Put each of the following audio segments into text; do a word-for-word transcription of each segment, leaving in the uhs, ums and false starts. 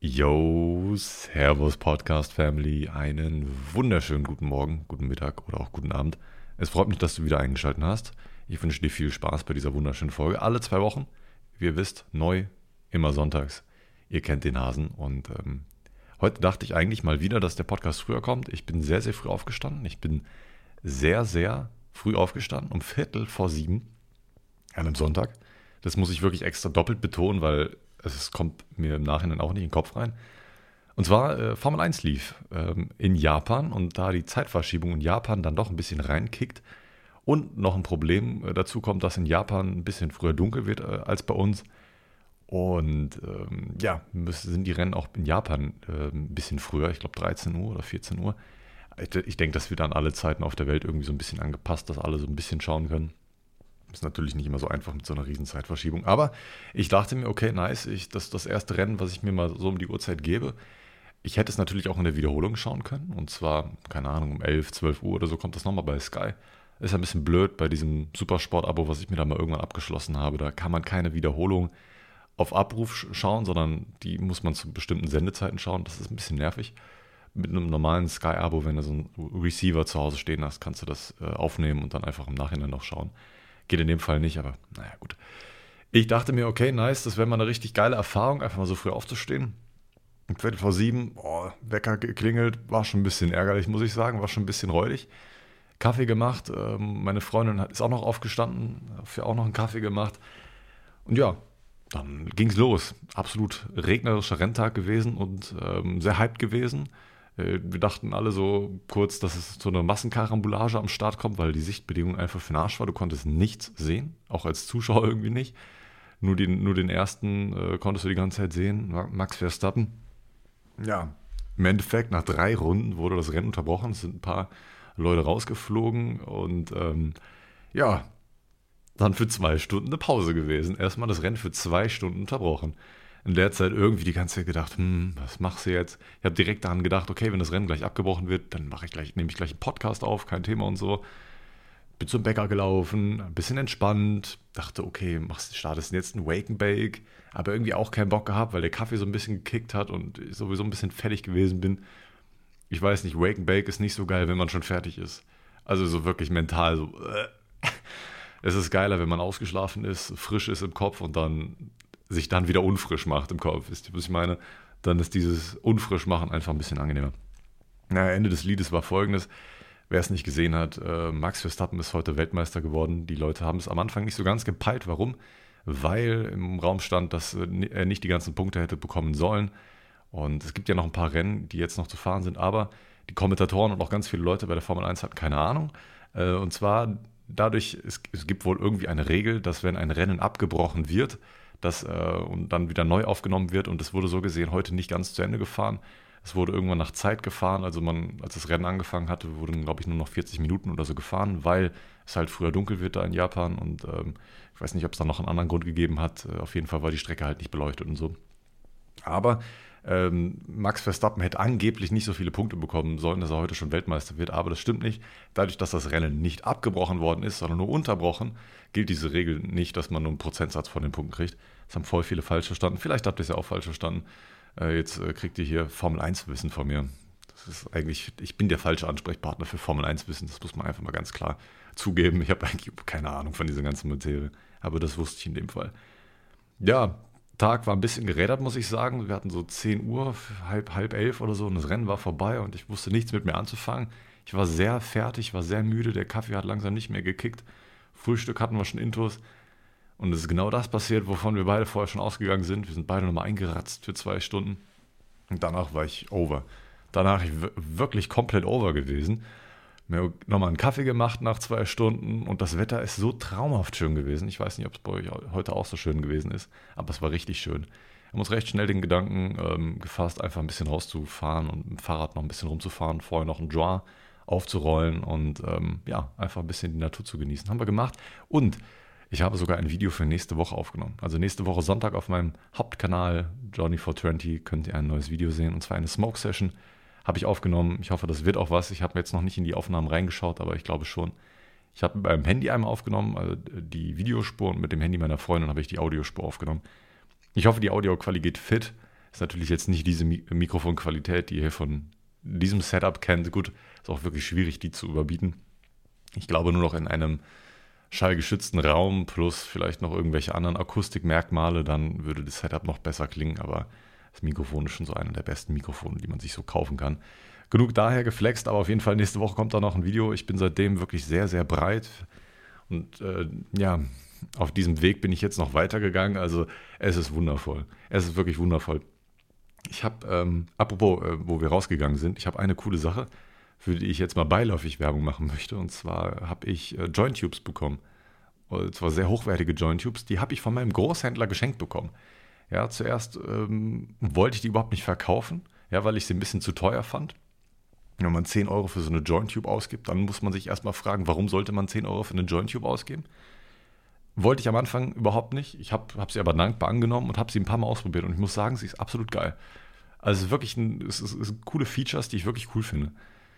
Yo, Servus Podcast Family, einen wunderschönen guten Morgen, guten Mittag oder auch guten Abend. Es freut mich, dass du wieder eingeschaltet hast. Ich wünsche dir viel Spaß bei dieser wunderschönen Folge. Alle zwei Wochen, wie ihr wisst, neu, immer sonntags. Ihr kennt den Hasen und ähm, heute dachte ich eigentlich mal wieder, dass der Podcast früher kommt. Ich bin sehr, sehr früh aufgestanden. Ich bin sehr, sehr früh aufgestanden, um Viertel vor sieben an einem Sonntag. Das muss ich wirklich extra doppelt betonen, weil es kommt mir im Nachhinein auch nicht in den Kopf rein. Und zwar äh, Formel eins lief ähm, in Japan und da die Zeitverschiebung in Japan dann doch ein bisschen reinkickt und noch ein Problem äh, dazu kommt, dass in Japan ein bisschen früher dunkel wird äh, als bei uns. Und ähm, ja, müssen, sind die Rennen auch in Japan äh, ein bisschen früher, ich glaube dreizehn Uhr oder vierzehn Uhr. Ich, ich denke, das wird an alle Zeiten auf der Welt irgendwie so ein bisschen angepasst, dass alle so ein bisschen schauen können. Ist natürlich nicht immer so einfach mit so einer riesen Zeitverschiebung. Aber ich dachte mir, okay, nice, ich, das ist das erste Rennen, was ich mir mal so um die Uhrzeit gebe. Ich hätte es natürlich auch in der Wiederholung schauen können. Und zwar, keine Ahnung, um elf, zwölf Uhr oder so kommt das nochmal bei Sky. Ist ein bisschen blöd bei diesem Supersport-Abo, was ich mir da mal irgendwann abgeschlossen habe. Da kann man keine Wiederholung auf Abruf schauen, sondern die muss man zu bestimmten Sendezeiten schauen. Das ist ein bisschen nervig. Mit einem normalen Sky-Abo, wenn du so einen Receiver zu Hause stehen hast, kannst du das äh, aufnehmen und dann einfach im Nachhinein noch schauen. Geht in dem Fall nicht, aber naja, gut. Ich dachte mir, okay, nice, das wäre mal eine richtig geile Erfahrung, einfach mal so früh aufzustehen. Um Viertel vor sieben, oh, Wecker geklingelt, war schon ein bisschen ärgerlich, muss ich sagen, war schon ein bisschen räudig. Kaffee gemacht, ähm, meine Freundin ist auch noch aufgestanden, für auch noch einen Kaffee gemacht. Und ja, dann ging's los. Absolut regnerischer Renntag gewesen und ähm, sehr hyped gewesen. Wir dachten alle so kurz, dass es zu einer Massenkarambolage am Start kommt, weil die Sichtbedingung einfach für den Arsch war. Du konntest nichts sehen, auch als Zuschauer irgendwie nicht. Nur den, nur den ersten äh, konntest du die ganze Zeit sehen, Max Verstappen. Ja, im Endeffekt nach drei Runden wurde das Rennen unterbrochen. Es sind ein paar Leute rausgeflogen und ähm, ja, dann für zwei Stunden eine Pause gewesen. Erstmal das Rennen für zwei Stunden unterbrochen. In der Zeit irgendwie die ganze Zeit gedacht, hm, was machst du jetzt? Ich habe direkt daran gedacht, okay, wenn das Rennen gleich abgebrochen wird, dann mache ich gleich, nehme ich gleich einen Podcast auf, kein Thema und so. Bin zum Bäcker gelaufen, ein bisschen entspannt, dachte, okay, machst, startest jetzt einen Wake and Bake, aber irgendwie auch keinen Bock gehabt, weil der Kaffee so ein bisschen gekickt hat und ich sowieso ein bisschen fertig gewesen bin. Ich weiß nicht, Wake and Bake ist nicht so geil, wenn man schon fertig ist. Also so wirklich mental so. Äh. Es ist geiler, wenn man ausgeschlafen ist, frisch ist im Kopf und dann sich dann wieder unfrisch macht im Kopf. Wisst ihr, was ich meine? Dann ist dieses Unfrischmachen einfach ein bisschen angenehmer. Naja, Ende des Liedes war folgendes. Wer es nicht gesehen hat, äh, Max Verstappen ist heute Weltmeister geworden. Die Leute haben es am Anfang nicht so ganz gepeilt. Warum? Weil im Raum stand, dass er nicht die ganzen Punkte hätte bekommen sollen. Und es gibt ja noch ein paar Rennen, die jetzt noch zu fahren sind. Aber die Kommentatoren und auch ganz viele Leute bei der Formel eins hatten keine Ahnung. Äh, und zwar dadurch, es, es gibt wohl irgendwie eine Regel, dass wenn ein Rennen abgebrochen wird, das äh, und dann wieder neu aufgenommen wird und es wurde so gesehen heute nicht ganz zu Ende gefahren. Es wurde irgendwann nach Zeit gefahren, also man, als das Rennen angefangen hatte, wurden, glaube ich, nur noch vierzig Minuten oder so gefahren, weil es halt früher dunkel wird da in Japan und ähm, ich weiß nicht, ob es da noch einen anderen Grund gegeben hat. Auf jeden Fall war die Strecke halt nicht beleuchtet und so. Aber ähm, Max Verstappen hätte angeblich nicht so viele Punkte bekommen sollen, dass er heute schon Weltmeister wird, aber das stimmt nicht. Dadurch, dass das Rennen nicht abgebrochen worden ist, sondern nur unterbrochen, gilt diese Regel nicht, dass man nur einen Prozentsatz von den Punkten kriegt. Das haben voll viele falsch verstanden. Vielleicht habt ihr es ja auch falsch verstanden. Äh, jetzt äh, kriegt ihr hier Formel eins Wissen von mir. Das ist eigentlich, ich bin der falsche Ansprechpartner für Formel eins Wissen. Das muss man einfach mal ganz klar zugeben. Ich habe eigentlich keine Ahnung von dieser ganzen Materie. Aber das wusste ich in dem Fall. Ja, Tag war ein bisschen gerädert, muss ich sagen. Wir hatten so zehn Uhr, halb, halb elf oder so und das Rennen war vorbei und ich wusste nichts mit mir anzufangen. Ich war sehr fertig, war sehr müde. Der Kaffee hat langsam nicht mehr gekickt. Frühstück hatten wir schon intus. Und es ist genau das passiert, wovon wir beide vorher schon ausgegangen sind. Wir sind beide nochmal eingeratzt für zwei Stunden. Und danach war ich over. Danach ich wirklich komplett over gewesen. Mir nochmal einen Kaffee gemacht nach zwei Stunden. Und das Wetter ist so traumhaft schön gewesen. Ich weiß nicht, ob es bei euch heute auch so schön gewesen ist. Aber es war richtig schön. Wir haben uns recht schnell den Gedanken ähm, gefasst, einfach ein bisschen rauszufahren und mit dem Fahrrad noch ein bisschen rumzufahren. Vorher noch einen Joint aufzurollen und ähm, ja, einfach ein bisschen die Natur zu genießen. Haben wir gemacht. Und ich habe sogar ein Video für nächste Woche aufgenommen. Also nächste Woche Sonntag auf meinem Hauptkanal Johnny four twenty könnt ihr ein neues Video sehen. Und zwar eine Smoke Session habe ich aufgenommen. Ich hoffe, das wird auch was. Ich habe jetzt noch nicht in die Aufnahmen reingeschaut, aber ich glaube schon. Ich habe mit meinem Handy einmal aufgenommen, also die Videospur, und mit dem Handy meiner Freundin habe ich die Audiospur aufgenommen. Ich hoffe, die Audioqualität geht fit. Ist natürlich jetzt nicht diese Mi- Mikrofonqualität, die ihr hier von diesem Setup kennt. Gut, ist auch wirklich schwierig, die zu überbieten. Ich glaube, nur noch in einem schallgeschützten Raum plus vielleicht noch irgendwelche anderen Akustikmerkmale, dann würde das Setup noch besser klingen, aber das Mikrofon ist schon so einer der besten Mikrofone, die man sich so kaufen kann. Genug daher geflext, aber auf jeden Fall nächste Woche kommt da noch ein Video. Ich bin seitdem wirklich sehr, sehr breit und äh, ja, auf diesem Weg bin ich jetzt noch weitergegangen, also es ist wundervoll. Es ist wirklich wundervoll. Ich habe, ähm, apropos, äh, wo wir rausgegangen sind, ich habe eine coole Sache, für die ich jetzt mal beiläufig Werbung machen möchte. Und zwar habe ich äh, Joint Tubes bekommen. Und zwar sehr hochwertige Joint Tubes. Die habe ich von meinem Großhändler geschenkt bekommen. Ja, zuerst ähm, wollte ich die überhaupt nicht verkaufen, ja, weil ich sie ein bisschen zu teuer fand. Wenn man zehn Euro für so eine Joint Tube ausgibt, dann muss man sich erstmal fragen, warum sollte man zehn Euro für eine Joint Tube ausgeben? Wollte ich am Anfang überhaupt nicht. Ich habe hab sie aber dankbar angenommen und habe sie ein paar Mal ausprobiert. Und ich muss sagen, sie ist absolut geil. Also es ist wirklich ein, es ist, es sind coole Features, die ich wirklich cool finde.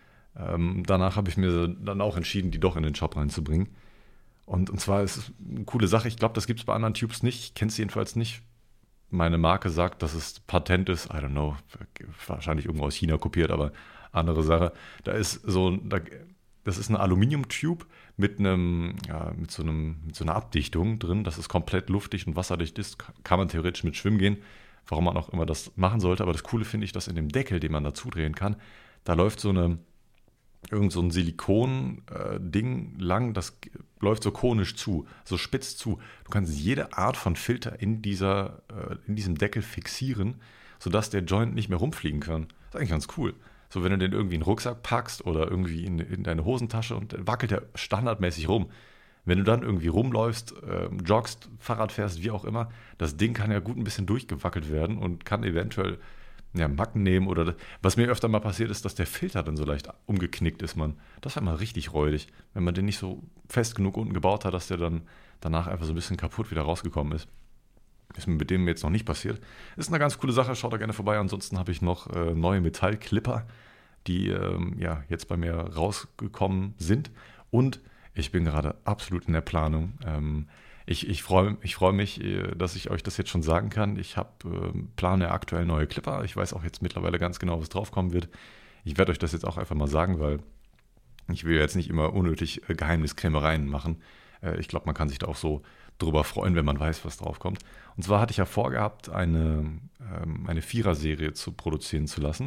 Ähm, danach habe ich mir dann auch entschieden, die doch in den Shop reinzubringen. Und, und zwar ist es eine coole Sache. Ich glaube, das gibt es bei anderen Tubes nicht. Ich kenne es jedenfalls nicht. Meine Marke sagt, dass es Patent ist. I don't know. Wahrscheinlich irgendwo aus China kopiert, aber andere Sache. Da ist so, da, das ist eine Aluminium-Tube mit einem, ja, mit so einem, mit so einer Abdichtung drin. Das ist komplett luftdicht und wasserdicht ist. Kann man theoretisch mit schwimmen gehen. Warum man auch immer das machen sollte. Aber das Coole finde ich, dass in dem Deckel, den man da zudrehen kann, da läuft so eine irgend so ein Silikon-Ding äh, lang, das g- läuft so konisch zu, so spitz zu. Du kannst jede Art von Filter in, dieser, äh, in diesem Deckel fixieren, sodass der Joint nicht mehr rumfliegen kann. Das ist eigentlich ganz cool. So, wenn du den irgendwie in den Rucksack packst oder irgendwie in, in deine Hosentasche und dann wackelt der standardmäßig rum. Wenn du dann irgendwie rumläufst, äh, joggst, Fahrrad fährst, wie auch immer, das Ding kann ja gut ein bisschen durchgewackelt werden und kann eventuell ja, Macken nehmen oder was mir öfter mal passiert ist, dass der Filter dann so leicht umgeknickt ist, man. Das war mal richtig räudig, wenn man den nicht so fest genug unten gebaut hat, dass der dann danach einfach so ein bisschen kaputt wieder rausgekommen ist. Ist mir mit dem jetzt noch nicht passiert. Ist eine ganz coole Sache, schaut da gerne vorbei. Ansonsten habe ich noch äh, neue Metallclipper, die ähm, ja, jetzt bei mir rausgekommen sind. Und ich bin gerade absolut in der Planung. Ähm, ich ich freue ich freu mich, äh, dass ich euch das jetzt schon sagen kann. Ich hab, äh, plane aktuell neue Clipper. Ich weiß auch jetzt mittlerweile ganz genau, was draufkommen wird. Ich werde euch das jetzt auch einfach mal sagen, weil ich will jetzt nicht immer unnötig äh, Geheimniskrämereien machen. Äh, ich glaube, man kann sich da auch so drüber freuen, wenn man weiß, was draufkommt. Und zwar hatte ich ja vorgehabt, eine, ähm, eine Vierer-Serie zu produzieren zu lassen.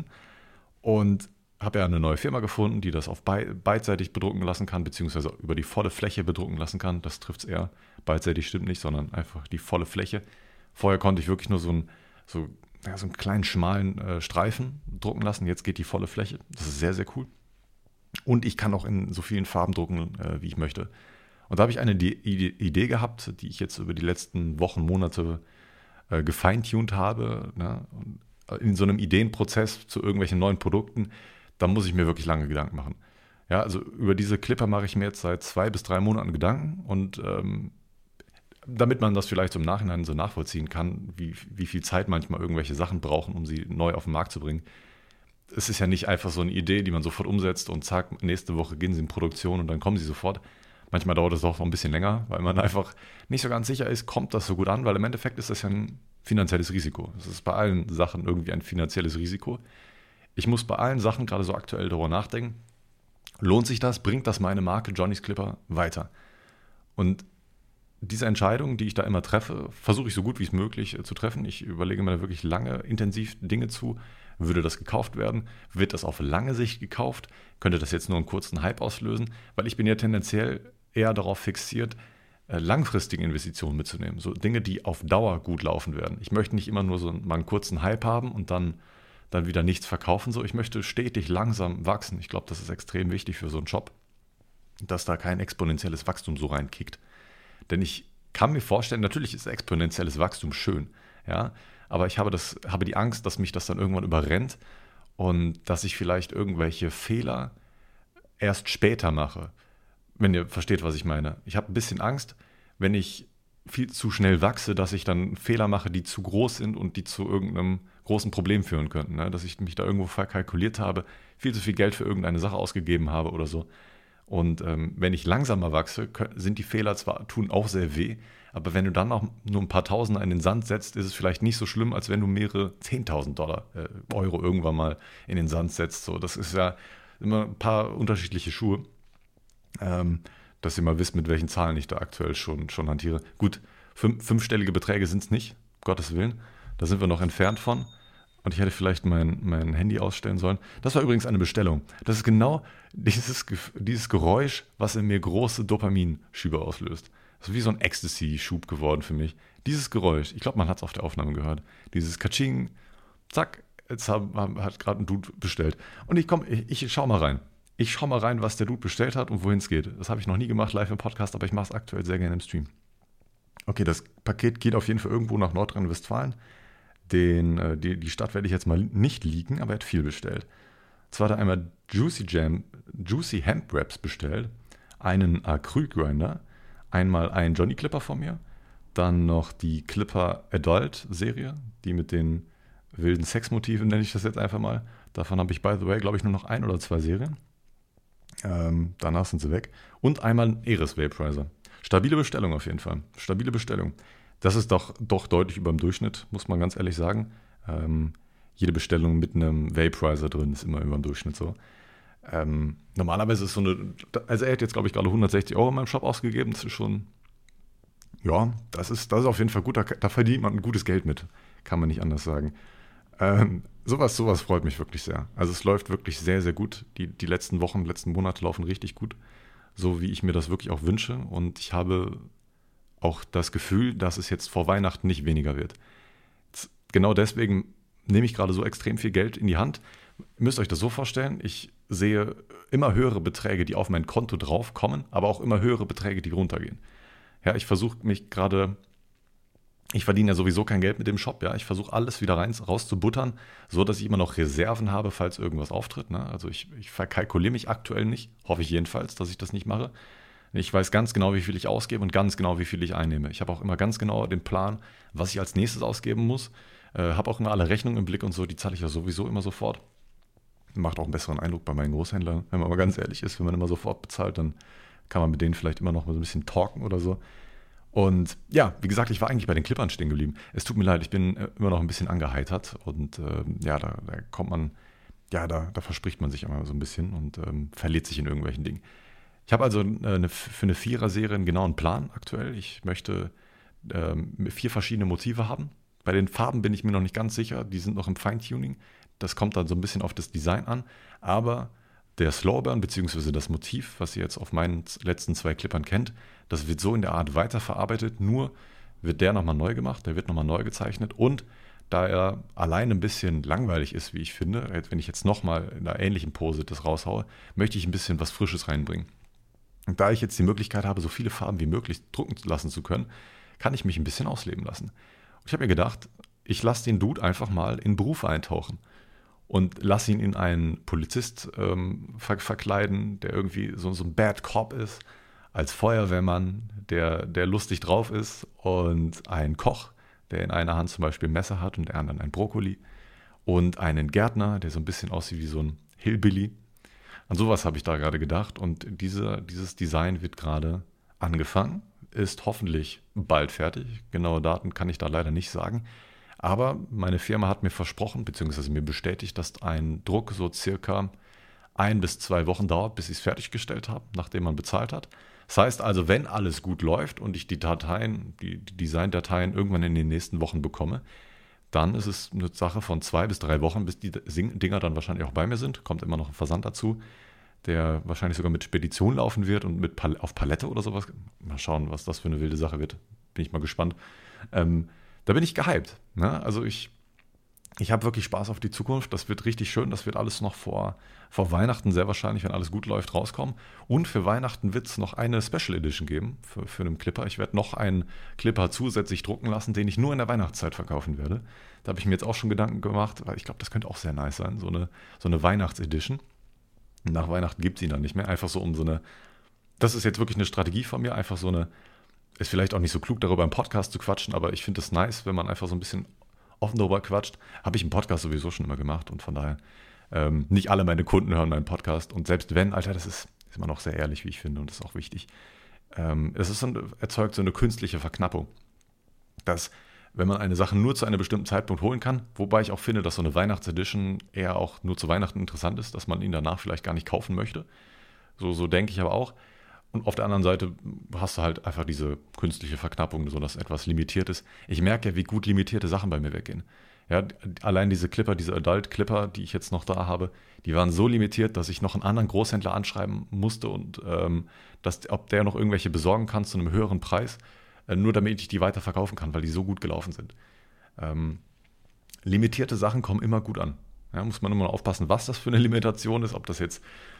Und habe ja eine neue Firma gefunden, die das auf bei, beidseitig bedrucken lassen kann, beziehungsweise über die volle Fläche bedrucken lassen kann. Das trifft es eher. Beidseitig stimmt nicht, sondern einfach die volle Fläche. Vorher konnte ich wirklich nur so, ein, so, ja, so einen kleinen, schmalen äh, Streifen drucken lassen. Jetzt geht die volle Fläche. Das ist sehr, sehr cool. Und ich kann auch in so vielen Farben drucken, äh, wie ich möchte. Und da habe ich eine Di- Ide- Idee gehabt, die ich jetzt über die letzten Wochen, Monate äh, gefeintuned habe. Ne? Und in so einem Ideenprozess zu irgendwelchen neuen Produkten, da muss ich mir wirklich lange Gedanken machen. Ja, also über diese Clipper mache ich mir jetzt seit zwei bis drei Monaten Gedanken und ähm, damit man das vielleicht so im Nachhinein so nachvollziehen kann, wie, wie viel Zeit manchmal irgendwelche Sachen brauchen, um sie neu auf den Markt zu bringen. Es ist ja nicht einfach so eine Idee, die man sofort umsetzt und zack, nächste Woche gehen sie in Produktion und dann kommen sie sofort. Manchmal dauert es auch noch ein bisschen länger, weil man einfach nicht so ganz sicher ist, kommt das so gut an, weil im Endeffekt ist das ja ein finanzielles Risiko. Es ist bei allen Sachen irgendwie ein finanzielles Risiko. Ich muss bei allen Sachen gerade so aktuell darüber nachdenken, lohnt sich das, bringt das meine Marke Johnny's Clipper weiter? Und diese Entscheidung, die ich da immer treffe, versuche ich so gut wie es möglich äh, zu treffen. Ich überlege mir da wirklich lange, intensiv Dinge zu. Würde das gekauft werden? Wird das auf lange Sicht gekauft? Könnte das jetzt nur einen kurzen Hype auslösen? Weil ich bin ja tendenziell eher darauf fixiert, äh, langfristige Investitionen mitzunehmen. So Dinge, die auf Dauer gut laufen werden. Ich möchte nicht immer nur so mal einen kurzen Hype haben und dann dann wieder nichts verkaufen. So, ich möchte stetig langsam wachsen. Ich glaube, das ist extrem wichtig für so einen Job, dass da kein exponentielles Wachstum so reinkickt. Denn ich kann mir vorstellen, natürlich ist exponentielles Wachstum schön, ja, aber ich habe, das, habe die Angst, dass mich das dann irgendwann überrennt und dass ich vielleicht irgendwelche Fehler erst später mache, wenn ihr versteht, was ich meine. Ich habe ein bisschen Angst, wenn ich viel zu schnell wachse, dass ich dann Fehler mache, die zu groß sind und die zu irgendeinem großen Problem führen könnten. Ne? Dass ich mich da irgendwo verkalkuliert habe, viel zu viel Geld für irgendeine Sache ausgegeben habe oder so. Und ähm, wenn ich langsamer wachse, sind die Fehler zwar, tun auch sehr weh, aber wenn du dann auch nur ein paar Tausender in den Sand setzt, ist es vielleicht nicht so schlimm, als wenn du mehrere zehntausend Dollar, äh, Euro irgendwann mal in den Sand setzt. So, das ist ja immer ein paar unterschiedliche Schuhe, ähm, dass ihr mal wisst, mit welchen Zahlen ich da aktuell schon, schon hantiere. Gut, fünf, fünfstellige Beträge sind es nicht, um Gottes Willen. Da sind wir noch entfernt von. Und ich hätte vielleicht mein, mein Handy ausstellen sollen. Das war übrigens eine Bestellung. Das ist genau dieses, dieses Geräusch, was in mir große Dopaminschübe auslöst. Das ist wie so ein Ecstasy-Schub geworden für mich. Dieses Geräusch, ich glaube, man hat es auf der Aufnahme gehört. Dieses Katsching, zack, jetzt hab, hat gerade ein Dude bestellt. Und ich komm, ich, ich schau mal rein. Ich schau mal rein, was der Dude bestellt hat und wohin es geht. Das habe ich noch nie gemacht live im Podcast, aber ich mache es aktuell sehr gerne im Stream. Okay, das Paket geht auf jeden Fall irgendwo nach Nordrhein-Westfalen. Den, die, die Stadt werde ich jetzt mal nicht leaken, aber er hat viel bestellt. Zwar hat er einmal Juicy Jam, Juicy Hemp Wraps bestellt, einen Acryl Grinder, einmal einen Johnny Clipper von mir, dann noch die Clipper Adult Serie, die mit den wilden Sexmotiven, nenne ich das jetzt einfach mal. Davon habe ich, by the way, glaube ich, nur noch ein oder zwei Serien. Ähm, danach sind sie weg. Und einmal einen Eris Vaporizer. Stabile Bestellung auf jeden Fall. Stabile Bestellung. Das ist doch, doch deutlich über dem Durchschnitt, muss man ganz ehrlich sagen. Ähm, jede Bestellung mit einem Vaporizer drin ist immer über dem Durchschnitt so. Ähm, normalerweise ist so eine, also er hat jetzt glaube ich gerade hundertsechzig Euro in meinem Shop ausgegeben, das ist schon, ja, das ist, das ist auf jeden Fall gut, da, da verdient man ein gutes Geld mit, kann man nicht anders sagen. Ähm, sowas, sowas freut mich wirklich sehr. Also es läuft wirklich sehr, sehr gut. Die, die letzten Wochen, letzten Monate laufen richtig gut, so wie ich mir das wirklich auch wünsche und ich habe auch das Gefühl, dass es jetzt vor Weihnachten nicht weniger wird. Genau deswegen nehme ich gerade so extrem viel Geld in die Hand. Ihr müsst euch das so vorstellen, ich sehe immer höhere Beträge, die auf mein Konto draufkommen, aber auch immer höhere Beträge, die runtergehen. Ja, ich versuche mich gerade, ich verdiene ja sowieso kein Geld mit dem Shop, ja, ich versuche alles wieder rein, rauszubuttern, so dass ich immer noch Reserven habe, falls irgendwas auftritt. Ne? Also ich, ich verkalkuliere mich aktuell nicht, hoffe ich jedenfalls, dass ich das nicht mache. Ich weiß ganz genau, wie viel ich ausgebe und ganz genau, wie viel ich einnehme. Ich habe auch immer ganz genau den Plan, was ich als nächstes ausgeben muss. Äh, habe auch immer alle Rechnungen im Blick und so, die zahle ich ja sowieso immer sofort. Macht auch einen besseren Eindruck bei meinen Großhändlern, wenn man mal ganz ehrlich ist. Wenn man immer sofort bezahlt, dann kann man mit denen vielleicht immer noch mal so ein bisschen talken oder so. Und ja, wie gesagt, ich war eigentlich bei den Clippern stehen geblieben. Es tut mir leid, ich bin immer noch ein bisschen angeheitert und äh, ja, da, da kommt man, ja, da, da verspricht man sich immer so ein bisschen und ähm, verliert sich in irgendwelchen Dingen. Ich habe also eine, für eine Vierer-Serie einen genauen Plan aktuell. Ich möchte ähm, vier verschiedene Motive haben. Bei den Farben bin ich mir noch nicht ganz sicher. Die sind noch im Feintuning. Das kommt dann so ein bisschen auf das Design an. Aber der Slowburn bzw. das Motiv, was ihr jetzt auf meinen letzten zwei Clippern kennt, das wird so in der Art weiterverarbeitet. Nur wird der nochmal neu gemacht. Der wird nochmal neu gezeichnet. Und da er allein ein bisschen langweilig ist, wie ich finde, wenn ich jetzt nochmal in einer ähnlichen Pose das raushaue, möchte ich ein bisschen was Frisches reinbringen. Und da ich jetzt die Möglichkeit habe, so viele Farben wie möglich drucken lassen zu können, kann ich mich ein bisschen ausleben lassen. Und ich habe mir gedacht, ich lasse den Dude einfach mal in Berufe eintauchen und lasse ihn in einen Polizist ähm, ver- verkleiden, der irgendwie so, so ein Bad Cop ist, als Feuerwehrmann, der, der lustig drauf ist und einen Koch, der in einer Hand zum Beispiel ein Messer hat und der anderen ein Brokkoli und einen Gärtner, der so ein bisschen aussieht wie so ein Hillbilly. An sowas habe ich da gerade gedacht und diese, dieses Design wird gerade angefangen, ist hoffentlich bald fertig. Genaue Daten kann ich da leider nicht sagen. Aber meine Firma hat mir versprochen, beziehungsweise mir bestätigt, dass ein Druck so circa ein bis zwei Wochen dauert, bis ich es fertiggestellt habe, nachdem man bezahlt hat. Das heißt also, wenn alles gut läuft und ich die Dateien, die, die Designdateien irgendwann in den nächsten Wochen bekomme, dann ist es eine Sache von zwei bis drei Wochen, bis die Dinger dann wahrscheinlich auch bei mir sind. Kommt immer noch ein Versand dazu, der wahrscheinlich sogar mit Spedition laufen wird und mit Pal- auf Palette oder sowas. Mal schauen, was das für eine wilde Sache wird. Bin ich mal gespannt. Ähm, da bin ich gehypt. Ne? Also ich, ich habe wirklich Spaß auf die Zukunft. Das wird richtig schön. Das wird alles noch vor, vor Weihnachten sehr wahrscheinlich, wenn alles gut läuft, rauskommen. Und für Weihnachten wird es noch eine Special Edition geben für, für einen Clipper. Ich werde noch einen Clipper zusätzlich drucken lassen, den ich nur in der Weihnachtszeit verkaufen werde. Da habe ich mir jetzt auch schon Gedanken gemacht, weil ich glaube, das könnte auch sehr nice sein. So eine, so eine Weihnachtsedition. Nach Weihnachten gibt es ihn dann nicht mehr. Einfach so um so eine, das ist jetzt wirklich eine Strategie von mir, einfach so eine, ist vielleicht auch nicht so klug, darüber im Podcast zu quatschen, aber ich finde es nice, wenn man einfach so ein bisschen offen darüber quatscht. Habe ich im Podcast sowieso schon immer gemacht und von daher, ähm, nicht alle meine Kunden hören meinen Podcast und selbst wenn, Alter, das ist, Ist immer noch sehr ehrlich, wie ich finde, und das ist auch wichtig. Ähm, es ist so ein, erzeugt so eine künstliche Verknappung, dass wenn man eine Sache nur zu einem bestimmten Zeitpunkt holen kann, wobei ich auch finde, dass so eine Weihnachtsedition eher auch nur zu Weihnachten interessant ist, dass man ihn danach vielleicht gar nicht kaufen möchte. So, so denke ich aber auch. Und auf der anderen Seite hast du halt einfach diese künstliche Verknappung, so dass etwas limitiert ist. Ich merke ja, wie gut limitierte Sachen bei mir weggehen. Ja, allein diese Clipper, diese Adult-Clipper, die ich jetzt noch da habe, die waren so limitiert, dass ich noch einen anderen Großhändler anschreiben musste und ähm, dass, ob der noch irgendwelche besorgen kann zu einem höheren Preis, äh, nur damit ich die weiter verkaufen kann, weil die so gut gelaufen sind. Ähm, limitierte Sachen kommen immer gut an. Ja, muss man immer aufpassen, was das für eine Limitation ist, ob das jetzt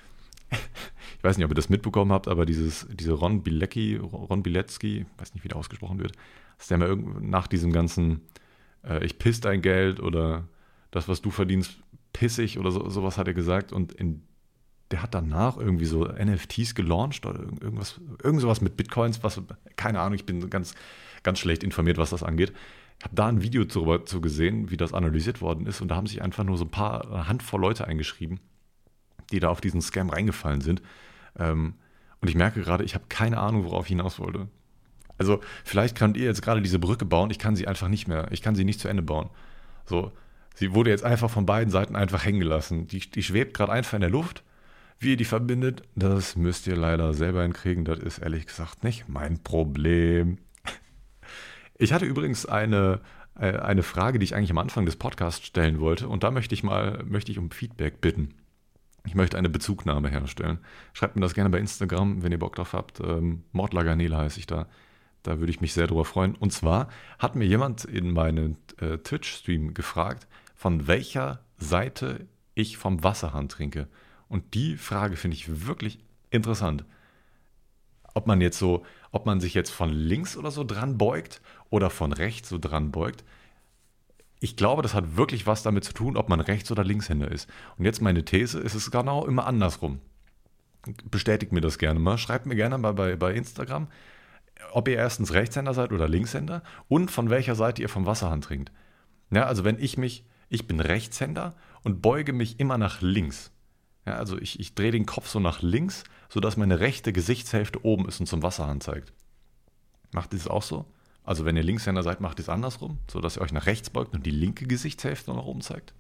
ich weiß nicht, ob ihr das mitbekommen habt, aber dieses, diese Ron Bilecki, Ron Bilecki, weiß nicht, wie der ausgesprochen wird, dass der mal nach diesem ganzen äh, ich piss dein Geld oder das, was du verdienst, pissig oder so, sowas hat er gesagt und in, der hat danach irgendwie so N F Ts gelauncht oder irgendwas, irgend sowas mit Bitcoins, was, keine Ahnung, ich bin ganz, ganz schlecht informiert, was das angeht. Ich habe da ein Video darüber zu gesehen, wie das analysiert worden ist und da haben sich einfach nur so ein paar, eine Handvoll Leute eingeschrieben, die da auf diesen Scam reingefallen sind. Ähm, und ich merke gerade, ich habe keine Ahnung, worauf ich hinaus wollte. Also vielleicht könnt ihr jetzt gerade diese Brücke bauen, ich kann sie einfach nicht mehr, ich kann sie nicht zu Ende bauen. So, sie wurde jetzt einfach von beiden Seiten einfach hängen gelassen. Die, die schwebt gerade einfach in der Luft. Wie ihr die verbindet, das müsst ihr leider selber hinkriegen. Das ist ehrlich gesagt nicht mein Problem. Ich hatte übrigens eine, äh, eine Frage, die ich eigentlich am Anfang des Podcasts stellen wollte. Und da möchte ich mal möchte ich um Feedback bitten. Ich möchte eine Bezugnahme herstellen. Schreibt mir das gerne bei Instagram, wenn ihr Bock drauf habt. Ähm, Mordlager Nele heiße ich da. Da würde ich mich sehr drüber freuen. Und zwar hat mir jemand in meinen äh, Twitch-Stream gefragt, von welcher Seite ich vom Wasserhahn trinke. Und die Frage finde ich wirklich interessant. Ob man jetzt so, ob man sich jetzt von links oder so dran beugt oder von rechts so dran beugt. Ich glaube, das hat wirklich was damit zu tun, ob man Rechts- oder Linkshänder ist. Und jetzt meine These, es ist genau immer andersrum. Bestätigt mir das gerne mal. Schreibt mir gerne mal bei, bei Instagram, ob ihr erstens Rechtshänder seid oder Linkshänder und von welcher Seite ihr vom Wasserhahn trinkt. Ja, also wenn ich mich, ich bin Rechtshänder und beuge mich immer nach links. Ja, also ich, ich drehe den Kopf so nach links, sodass meine rechte Gesichtshälfte oben ist und zum Wasserhahn zeigt. Macht ihr das auch so? Also wenn ihr Linkshänder seid, macht ihr es andersrum, sodass ihr euch nach rechts beugt und die linke Gesichtshälfte nach oben zeigt?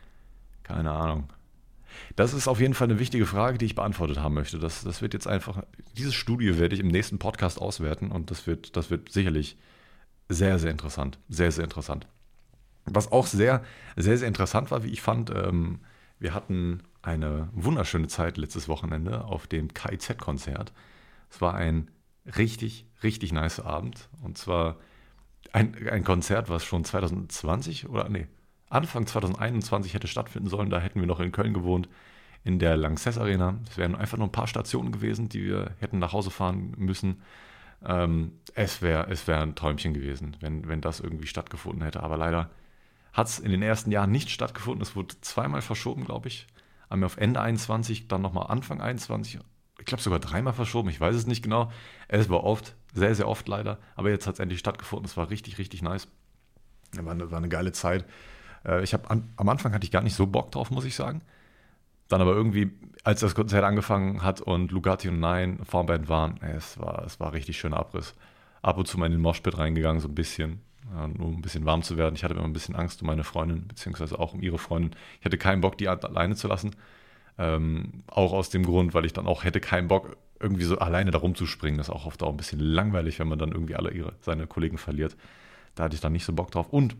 Keine Ahnung. Das ist auf jeden Fall eine wichtige Frage, die ich beantwortet haben möchte. Das, das wird jetzt einfach, dieses Studio werde ich im nächsten Podcast auswerten und das wird, das wird sicherlich sehr, sehr interessant. Sehr, sehr interessant. Was auch sehr, sehr, sehr interessant war, wie ich fand, ähm, wir hatten eine wunderschöne Zeit letztes Wochenende auf dem K I Z-Konzert. Es war ein richtig, richtig nice Abend. Und zwar ein, ein Konzert, was schon zwanzig zwanzig oder nee, Anfang zwanzig einundzwanzig hätte stattfinden sollen. Da hätten wir noch in Köln gewohnt, in der Lanxess Arena. Es wären einfach nur ein paar Stationen gewesen, die wir hätten nach Hause fahren müssen. Ähm, es wäre es wär ein Träumchen gewesen, wenn, wenn das irgendwie stattgefunden hätte. Aber leider hat es in den ersten Jahren nicht stattgefunden. Es wurde zweimal verschoben, glaube ich. Einmal auf Ende einundzwanzig, dann nochmal Anfang einundzwanzig. Ich glaube sogar dreimal verschoben, ich weiß es nicht genau. Es war oft, sehr, sehr oft leider. Aber jetzt hat es endlich stattgefunden. Es war richtig, richtig nice. War eine, war eine geile Zeit. Ich habe an, am Anfang hatte ich gar nicht so Bock drauf, muss ich sagen. Dann aber irgendwie, als das Konzert angefangen hat und Lugatti und Nein Vorband waren, es war, es war richtig schöner Abriss. Ab und zu mal in den Moshpit reingegangen, so ein bisschen, ja, nur um ein bisschen warm zu werden. Ich hatte immer ein bisschen Angst um meine Freundin, beziehungsweise auch um ihre Freundin. Ich hatte keinen Bock, die alleine zu lassen. Ähm, auch aus dem Grund, weil ich dann auch hätte keinen Bock, irgendwie so alleine da rumzuspringen. Das ist auch oft auch ein bisschen langweilig, wenn man dann irgendwie alle ihre, seine Kollegen verliert. Da hatte ich dann nicht so Bock drauf. Und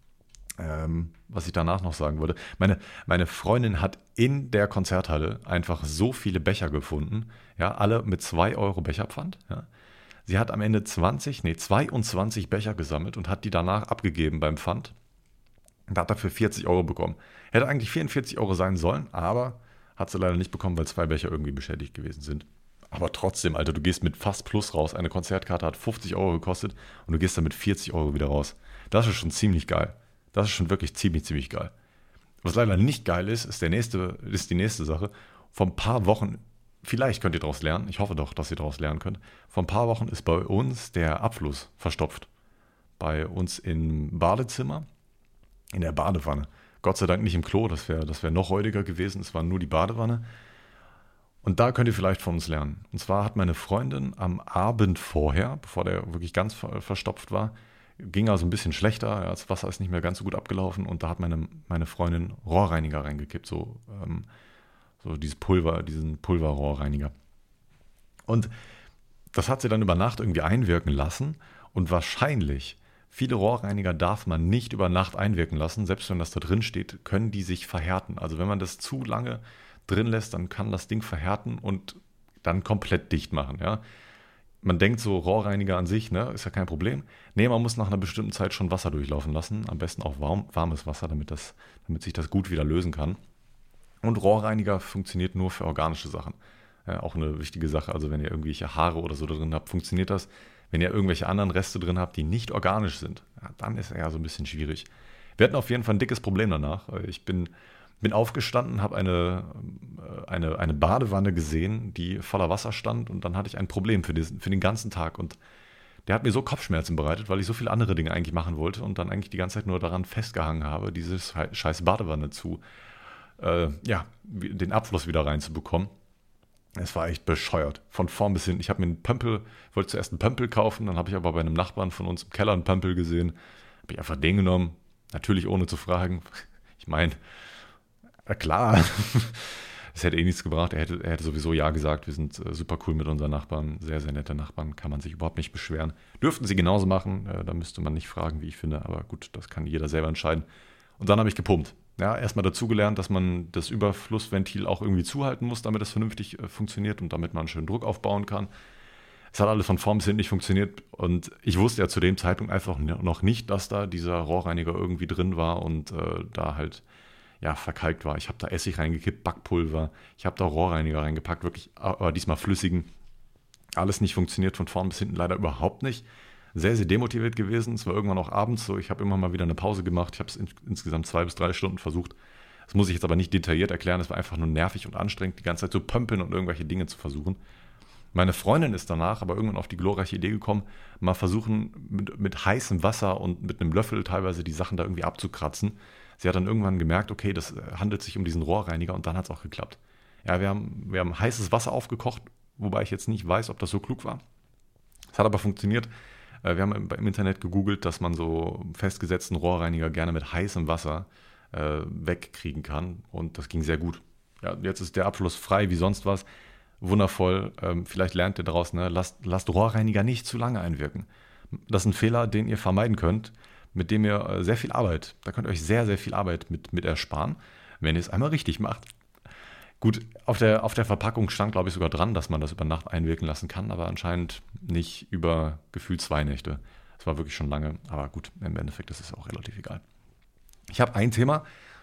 Ähm, was ich danach noch sagen würde, meine, meine Freundin hat in der Konzerthalle einfach so viele Becher gefunden, ja, alle mit zwei Euro Becherpfand, ja. Sie hat am Ende zwanzig, nee, zweiundzwanzig Becher gesammelt und hat die danach abgegeben beim Pfand und hat dafür vierzig Euro bekommen. Hätte eigentlich vierundvierzig Euro sein sollen, aber hat sie leider nicht bekommen, weil zwei Becher irgendwie beschädigt gewesen sind. Aber trotzdem, Alter, du gehst mit fast plus raus. Eine Konzertkarte hat fünfzig Euro gekostet und du gehst dann mit vierzig Euro wieder raus. Das ist schon ziemlich geil. Das ist schon wirklich ziemlich, ziemlich geil. Was leider nicht geil ist, ist, der nächste, ist die nächste Sache. Vor ein paar Wochen, vielleicht könnt ihr daraus lernen, ich hoffe doch, dass ihr daraus lernen könnt, vor ein paar Wochen ist bei uns der Abfluss verstopft. Bei uns im Badezimmer, in der Badewanne. Gott sei Dank nicht im Klo, das wäre das wär noch räudiger gewesen, es war nur die Badewanne. Und da könnt ihr vielleicht von uns lernen. Und zwar hat meine Freundin am Abend vorher, bevor der wirklich ganz ver- verstopft war, ging also ein bisschen schlechter, ja, das Wasser ist nicht mehr ganz so gut abgelaufen und da hat meine, meine Freundin Rohrreiniger reingekippt, so, ähm, so dieses Pulver, diesen Pulverrohrreiniger. Und das hat sie dann über Nacht irgendwie einwirken lassen und wahrscheinlich, viele Rohrreiniger darf man nicht über Nacht einwirken lassen, selbst wenn das da drin steht, können die sich verhärten. Also wenn man das zu lange drin lässt, dann kann das Ding verhärten und dann komplett dicht machen, ja. Man denkt so, Rohrreiniger an sich, ne, ist ja kein Problem. Nee, man muss nach einer bestimmten Zeit schon Wasser durchlaufen lassen. Am besten auch warm, warmes Wasser, damit, das, damit sich das gut wieder lösen kann. Und Rohrreiniger funktioniert nur für organische Sachen. Ja, auch eine wichtige Sache. Also wenn ihr irgendwelche Haare oder so drin habt, funktioniert das. Wenn ihr irgendwelche anderen Reste drin habt, die nicht organisch sind, ja, dann ist er so ein bisschen schwierig. Wir hatten auf jeden Fall ein dickes Problem danach. Ich bin, bin aufgestanden, habe eine, eine, eine Badewanne gesehen, die voller Wasser stand und dann hatte ich ein Problem für, diesen, für den ganzen Tag und der hat mir so Kopfschmerzen bereitet, weil ich so viele andere Dinge eigentlich machen wollte und dann eigentlich die ganze Zeit nur daran festgehangen habe, diese scheiß Badewanne zu, äh, ja, den Abfluss wieder reinzubekommen. Es war echt bescheuert, von vorn bis hinten. Ich habe mir einen Pömpel, wollte zuerst einen Pömpel kaufen, dann habe ich aber bei einem Nachbarn von uns im Keller einen Pömpel gesehen, habe ich einfach den genommen, natürlich ohne zu fragen. Ich meine, na klar, es hätte eh nichts gebracht. Er hätte, er hätte sowieso ja gesagt. Wir sind äh, super cool mit unseren Nachbarn. Sehr, sehr nette Nachbarn. Kann man sich überhaupt nicht beschweren. Dürften sie genauso machen. Äh, da müsste man nicht fragen, wie ich finde. Aber gut, das kann jeder selber entscheiden. Und dann habe ich gepumpt. Ja, erstmal dazugelernt, dass man das Überflussventil auch irgendwie zuhalten muss, damit es vernünftig äh, funktioniert und damit man einen schönen Druck aufbauen kann. Es hat alles von vorn bis hinten nicht funktioniert. Und ich wusste ja zu dem Zeitpunkt einfach noch nicht, dass da dieser Rohrreiniger irgendwie drin war und äh, da halt ja, verkalkt war. Ich habe da Essig reingekippt, Backpulver, ich habe da Rohrreiniger reingepackt, wirklich, aber diesmal flüssigen. Alles nicht funktioniert, von vorn bis hinten leider überhaupt nicht. Sehr, sehr demotiviert gewesen. Es war irgendwann auch abends so, ich habe immer mal wieder eine Pause gemacht. Ich habe es in, insgesamt zwei bis drei Stunden versucht. Das muss ich jetzt aber nicht detailliert erklären. Es war einfach nur nervig und anstrengend, die ganze Zeit zu pömpeln und irgendwelche Dinge zu versuchen. Meine Freundin ist danach aber irgendwann auf die glorreiche Idee gekommen, mal versuchen, mit, mit heißem Wasser und mit einem Löffel teilweise die Sachen da irgendwie abzukratzen. Sie hat dann irgendwann gemerkt, okay, das handelt sich um diesen Rohrreiniger und dann hat es auch geklappt. Ja, wir haben, wir haben heißes Wasser aufgekocht, wobei ich jetzt nicht weiß, ob das so klug war. Es hat aber funktioniert. Wir haben im Internet gegoogelt, dass man so festgesetzten Rohrreiniger gerne mit heißem Wasser äh, wegkriegen kann und das ging sehr gut. Ja, jetzt ist der Abfluss frei wie sonst was. Wundervoll. Ähm, vielleicht lernt ihr daraus, ne? lasst, lasst Rohrreiniger nicht zu lange einwirken. Das ist ein Fehler, den ihr vermeiden könnt, mit dem ihr äh, sehr viel Arbeit, da könnt ihr euch sehr, sehr viel Arbeit mit, mit ersparen, wenn ihr es einmal richtig macht. Gut, auf der, auf der Verpackung stand, glaube ich, sogar dran, dass man das über Nacht einwirken lassen kann, aber anscheinend nicht über gefühlt zwei Nächte. Das war wirklich schon lange, aber gut, im Endeffekt ist es auch relativ egal. Ich habe ein Thema,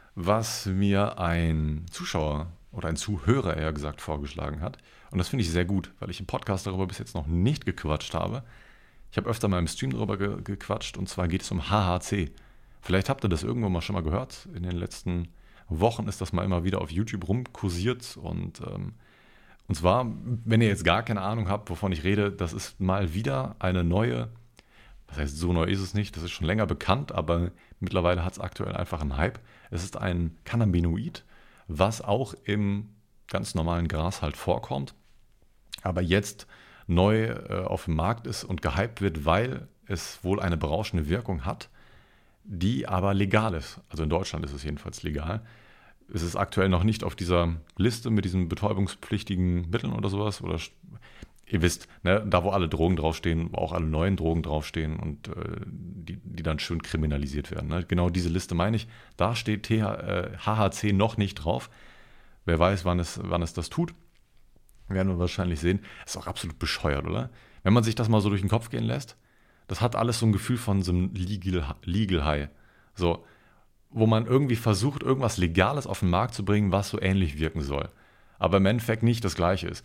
was mir ein Zuschauer oder ein Zuhörer eher gesagt vorgeschlagen hat. Und das finde ich sehr gut, weil ich im Podcast darüber bis jetzt noch nicht gequatscht habe. Ich habe öfter mal im Stream darüber ge- gequatscht und zwar geht es um H H C. Vielleicht habt ihr das irgendwo mal schon mal gehört. In den letzten Wochen ist das mal immer wieder auf YouTube rumkursiert. Und, ähm, und zwar, wenn ihr jetzt gar keine Ahnung habt, wovon ich rede, das ist mal wieder eine neue, was heißt, so neu ist es nicht, das ist schon länger bekannt, aber mittlerweile hat es aktuell einfach einen Hype. Es ist ein Cannabinoid, was auch im ganz normalen Gras halt vorkommt, aber jetzt neu äh, auf dem Markt ist und gehypt wird, weil es wohl eine berauschende Wirkung hat, die aber legal ist. Also in Deutschland ist es jedenfalls legal. Es ist aktuell noch nicht auf dieser Liste mit diesen betäubungspflichtigen Mitteln oder sowas. Oder ihr wisst, ne, da wo alle Drogen draufstehen, wo auch alle neuen Drogen draufstehen und äh, die, die dann schön kriminalisiert werden. Ne? Genau diese Liste meine ich. Da steht T H, äh, H H C noch nicht drauf. Wer weiß, wann es, wann es das tut. Werden wir wahrscheinlich sehen. Ist auch absolut bescheuert, oder? Wenn man sich das mal so durch den Kopf gehen lässt, das hat alles so ein Gefühl von so einem Legal, Legal High. So, wo man irgendwie versucht, irgendwas Legales auf den Markt zu bringen, was so ähnlich wirken soll. Aber im Endeffekt nicht das Gleiche ist.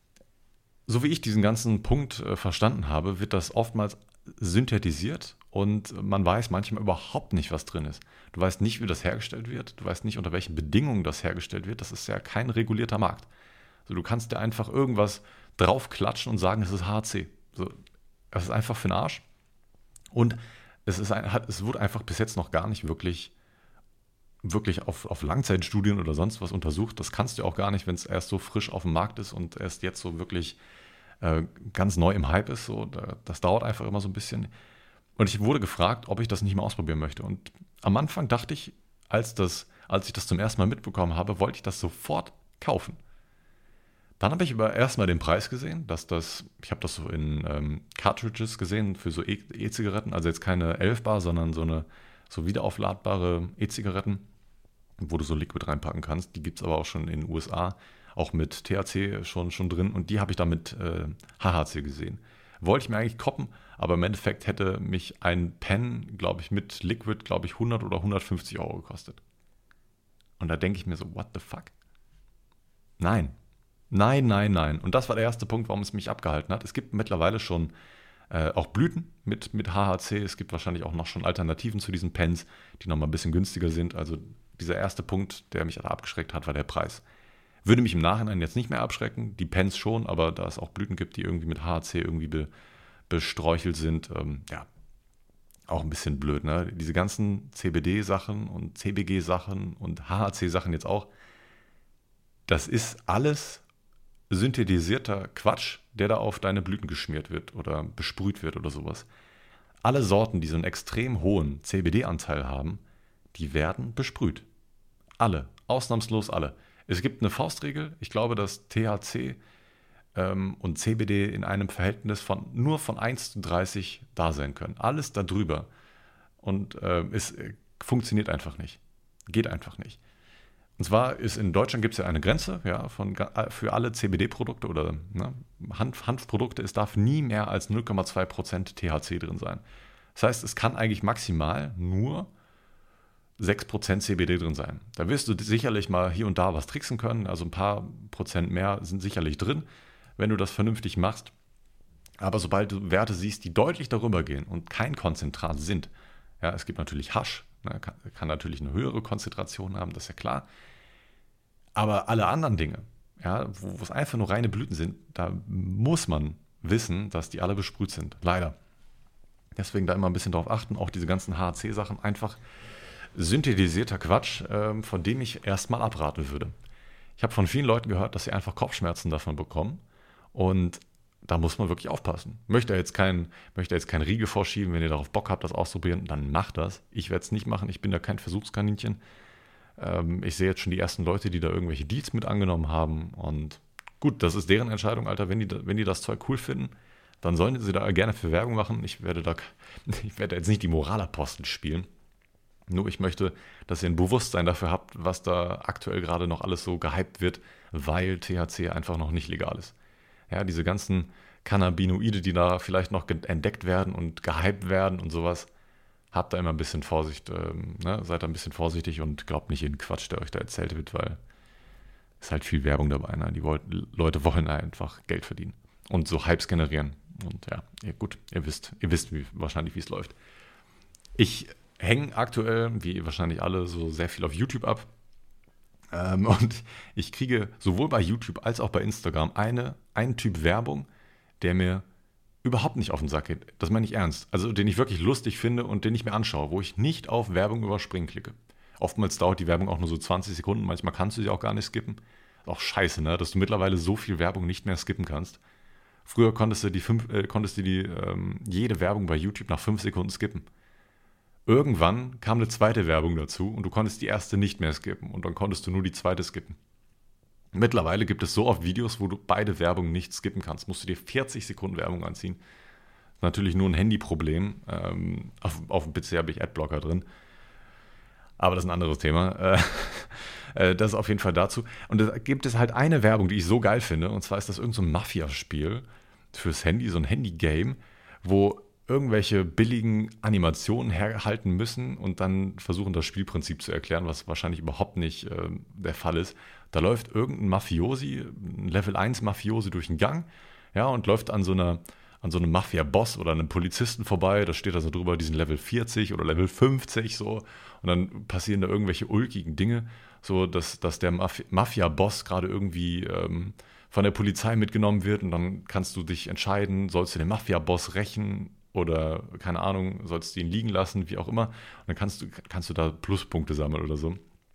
So wie ich diesen ganzen Punkt äh, verstanden habe, wird das oftmals synthetisiert und man weiß manchmal überhaupt nicht, was drin ist. Du weißt nicht, wie das hergestellt wird. Du weißt nicht, unter welchen Bedingungen das hergestellt wird. Das ist ja kein regulierter Markt. So, du kannst dir einfach irgendwas draufklatschen und sagen, es ist H C. So, es ist einfach für den Arsch. Und es, ist ein, hat, es wurde einfach bis jetzt noch gar nicht wirklich wirklich auf, auf Langzeitstudien oder sonst was untersucht. Das kannst du auch gar nicht, wenn es erst so frisch auf dem Markt ist und erst jetzt so wirklich äh, ganz neu im Hype ist. So, da, das dauert einfach immer so ein bisschen. Und ich wurde gefragt, ob ich das nicht mal ausprobieren möchte. Und am Anfang dachte ich, als, das, als ich das zum ersten Mal mitbekommen habe, wollte ich das sofort kaufen. Dann habe ich aber erstmal den Preis gesehen, dass das, ich habe das so in ähm, Cartridges gesehen für so E- E-Zigaretten, also jetzt keine elf Bar, sondern so eine so wiederaufladbare E-Zigaretten, wo du so Liquid reinpacken kannst. Die gibt es aber auch schon in den U S A, auch mit T H C schon, schon drin und die habe ich dann mit äh, H H C gesehen. Wollte ich mir eigentlich koppen, aber im Endeffekt hätte mich ein Pen, glaube ich, mit Liquid, glaube ich, hundert oder hundertfünfzig Euro gekostet. Und da denke ich mir so, what the fuck? Nein. Nein, nein, nein. Und das war der erste Punkt, warum es mich abgehalten hat. Es gibt mittlerweile schon äh, auch Blüten mit, mit H H C. Es gibt wahrscheinlich auch noch schon Alternativen zu diesen Pens, die nochmal ein bisschen günstiger sind. Also dieser erste Punkt, der mich da abgeschreckt hat, war der Preis. Würde mich im Nachhinein jetzt nicht mehr abschrecken, die Pens schon, aber da es auch Blüten gibt, die irgendwie mit H H C irgendwie be, bestreuchelt sind, ähm, ja, auch ein bisschen blöd. Ne? Diese ganzen C B D-Sachen und C B G-Sachen und H H C-Sachen jetzt auch, das ist alles synthetisierter Quatsch, der da auf deine Blüten geschmiert wird oder besprüht wird oder sowas. Alle Sorten, die so einen extrem hohen C B D-Anteil haben, die werden besprüht. Alle, ausnahmslos alle. Es gibt eine Faustregel, ich glaube, dass T H C ähm, und C B D in einem Verhältnis von nur von eins zu dreißig da sein können. Alles darüber. Und äh, es äh, funktioniert einfach nicht. Geht einfach nicht. Und zwar ist in Deutschland gibt es ja eine Grenze ja, von, für alle C B D-Produkte oder ne, Hanf, Hanfprodukte. Es darf nie mehr als null Komma zwei Prozent T H C drin sein. Das heißt, es kann eigentlich maximal nur sechs Prozent C B D drin sein. Da wirst du sicherlich mal hier und da was tricksen können. Also ein paar Prozent mehr sind sicherlich drin, wenn du das vernünftig machst. Aber sobald du Werte siehst, die deutlich darüber gehen und kein Konzentrat sind, ja, es gibt natürlich Hasch, ne, kann, kann natürlich eine höhere Konzentration haben, das ist ja klar. Aber alle anderen Dinge, ja, wo, wo es einfach nur reine Blüten sind, da muss man wissen, dass die alle besprüht sind. Leider. Deswegen da immer ein bisschen drauf achten. Auch diese ganzen H H C-Sachen einfach synthetisierter Quatsch, äh, von dem ich erstmal abraten würde. Ich habe von vielen Leuten gehört, dass sie einfach Kopfschmerzen davon bekommen. Und da muss man wirklich aufpassen. Möchte jetzt kein, möchte jetzt kein Riegel vorschieben, wenn ihr darauf Bock habt, das auszuprobieren, dann macht das. Ich werde es nicht machen, ich bin da kein Versuchskaninchen. Ähm, ich sehe jetzt schon die ersten Leute, die da irgendwelche Deals mit angenommen haben. Und gut, das ist deren Entscheidung, Alter. Wenn die, wenn die das Zeug cool finden, dann sollen sie da gerne für Werbung machen. Ich werde da, ich werde jetzt nicht die Moralapostel spielen. Nur ich möchte, dass ihr ein Bewusstsein dafür habt, was da aktuell gerade noch alles so gehypt wird, weil T H C einfach noch nicht legal ist. Ja, diese ganzen Cannabinoide, die da vielleicht noch entdeckt werden und gehypt werden und sowas, habt da immer ein bisschen Vorsicht, ähm, ne? Seid da ein bisschen vorsichtig und glaubt nicht jeden Quatsch, der euch da erzählt wird, weil es halt viel Werbung dabei. Ne? Die wollt, Leute wollen einfach Geld verdienen und so Hypes generieren. Und ja, ja gut, ihr wisst, ihr wisst wie, wahrscheinlich, wie es läuft. Ich hänge aktuell, wie wahrscheinlich alle, so sehr viel auf YouTube ab. Ähm, und ich kriege sowohl bei YouTube als auch bei Instagram eine, einen Typ Werbung, der mir überhaupt nicht auf den Sack geht. Das meine ich ernst. Also den ich wirklich lustig finde und den ich mir anschaue, wo ich nicht auf Werbung überspringen klicke. Oftmals dauert die Werbung auch nur so zwanzig Sekunden, manchmal kannst du sie auch gar nicht skippen. Ist auch scheiße, ne? Dass du mittlerweile so viel Werbung nicht mehr skippen kannst. Früher konntest du die, fünf, äh, konntest du die ähm, jede Werbung bei YouTube nach fünf Sekunden skippen. Irgendwann kam eine zweite Werbung dazu und du konntest die erste nicht mehr skippen und dann konntest du nur die zweite skippen. Mittlerweile gibt es so oft Videos, wo du beide Werbungen nicht skippen kannst. Musst du dir vierzig Sekunden Werbung anziehen. Natürlich nur ein Handyproblem. Ähm, auf, auf dem P C habe ich Adblocker drin. Aber das ist ein anderes Thema. Äh, das ist auf jeden Fall dazu. Und da gibt es halt eine Werbung, die ich so geil finde. Und zwar ist das irgend so ein Mafia-Spiel fürs Handy, so ein Handy-Game, wo irgendwelche billigen Animationen herhalten müssen und dann versuchen, das Spielprinzip zu erklären, was wahrscheinlich überhaupt nicht äh, der Fall ist. Da läuft irgendein Mafiosi, ein Level eins Mafiosi durch den Gang, ja, und läuft an so einer, an so einem Mafia-Boss oder einem Polizisten vorbei, da steht da so drüber, die sind Level vierzig oder Level fünfzig, so, und dann passieren da irgendwelche ulkigen Dinge, so, dass, dass der Maf- Mafia-Boss gerade irgendwie ähm, von der Polizei mitgenommen wird und dann kannst du dich entscheiden, sollst du den Mafia-Boss rächen oder, keine Ahnung, sollst du ihn liegen lassen, wie auch immer. Und dann kannst du, kannst du da Pluspunkte sammeln oder so.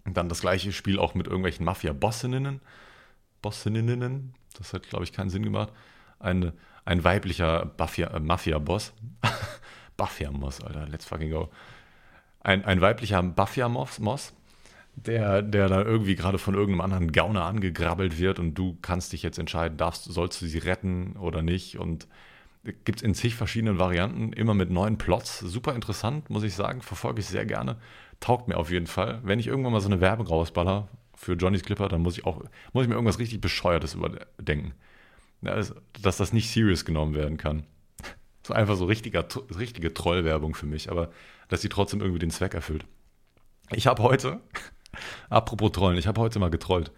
Und dann das gleiche Spiel auch mit irgendwelchen Mafia-Bossinnen. Bossinnen, das hat, glaube ich, keinen Sinn gemacht. Ein, ein weiblicher Mafia- äh, Mafia-Boss. Mafia-Moss, Alter, let's fucking go. Ein, ein weiblicher Mafia-Moss, Moss, der, der dann irgendwie gerade von irgendeinem anderen Gauner angegrabbelt wird und du kannst dich jetzt entscheiden, darfst, sollst du sie retten oder nicht. Und gibt es in zig verschiedenen Varianten, immer mit neuen Plots. Super interessant, muss ich sagen, verfolge ich sehr gerne. Taugt mir auf jeden Fall. Wenn ich irgendwann mal so eine Werbung rausballer für Johnny's Clipper, dann muss ich auch, muss ich mir irgendwas richtig Bescheuertes überdenken. Ja, also, dass das nicht serious genommen werden kann. So einfach so richtiger, richtige Trollwerbung für mich, aber dass sie trotzdem irgendwie den Zweck erfüllt. Ich habe heute, apropos Trollen, ich habe heute mal getrollt.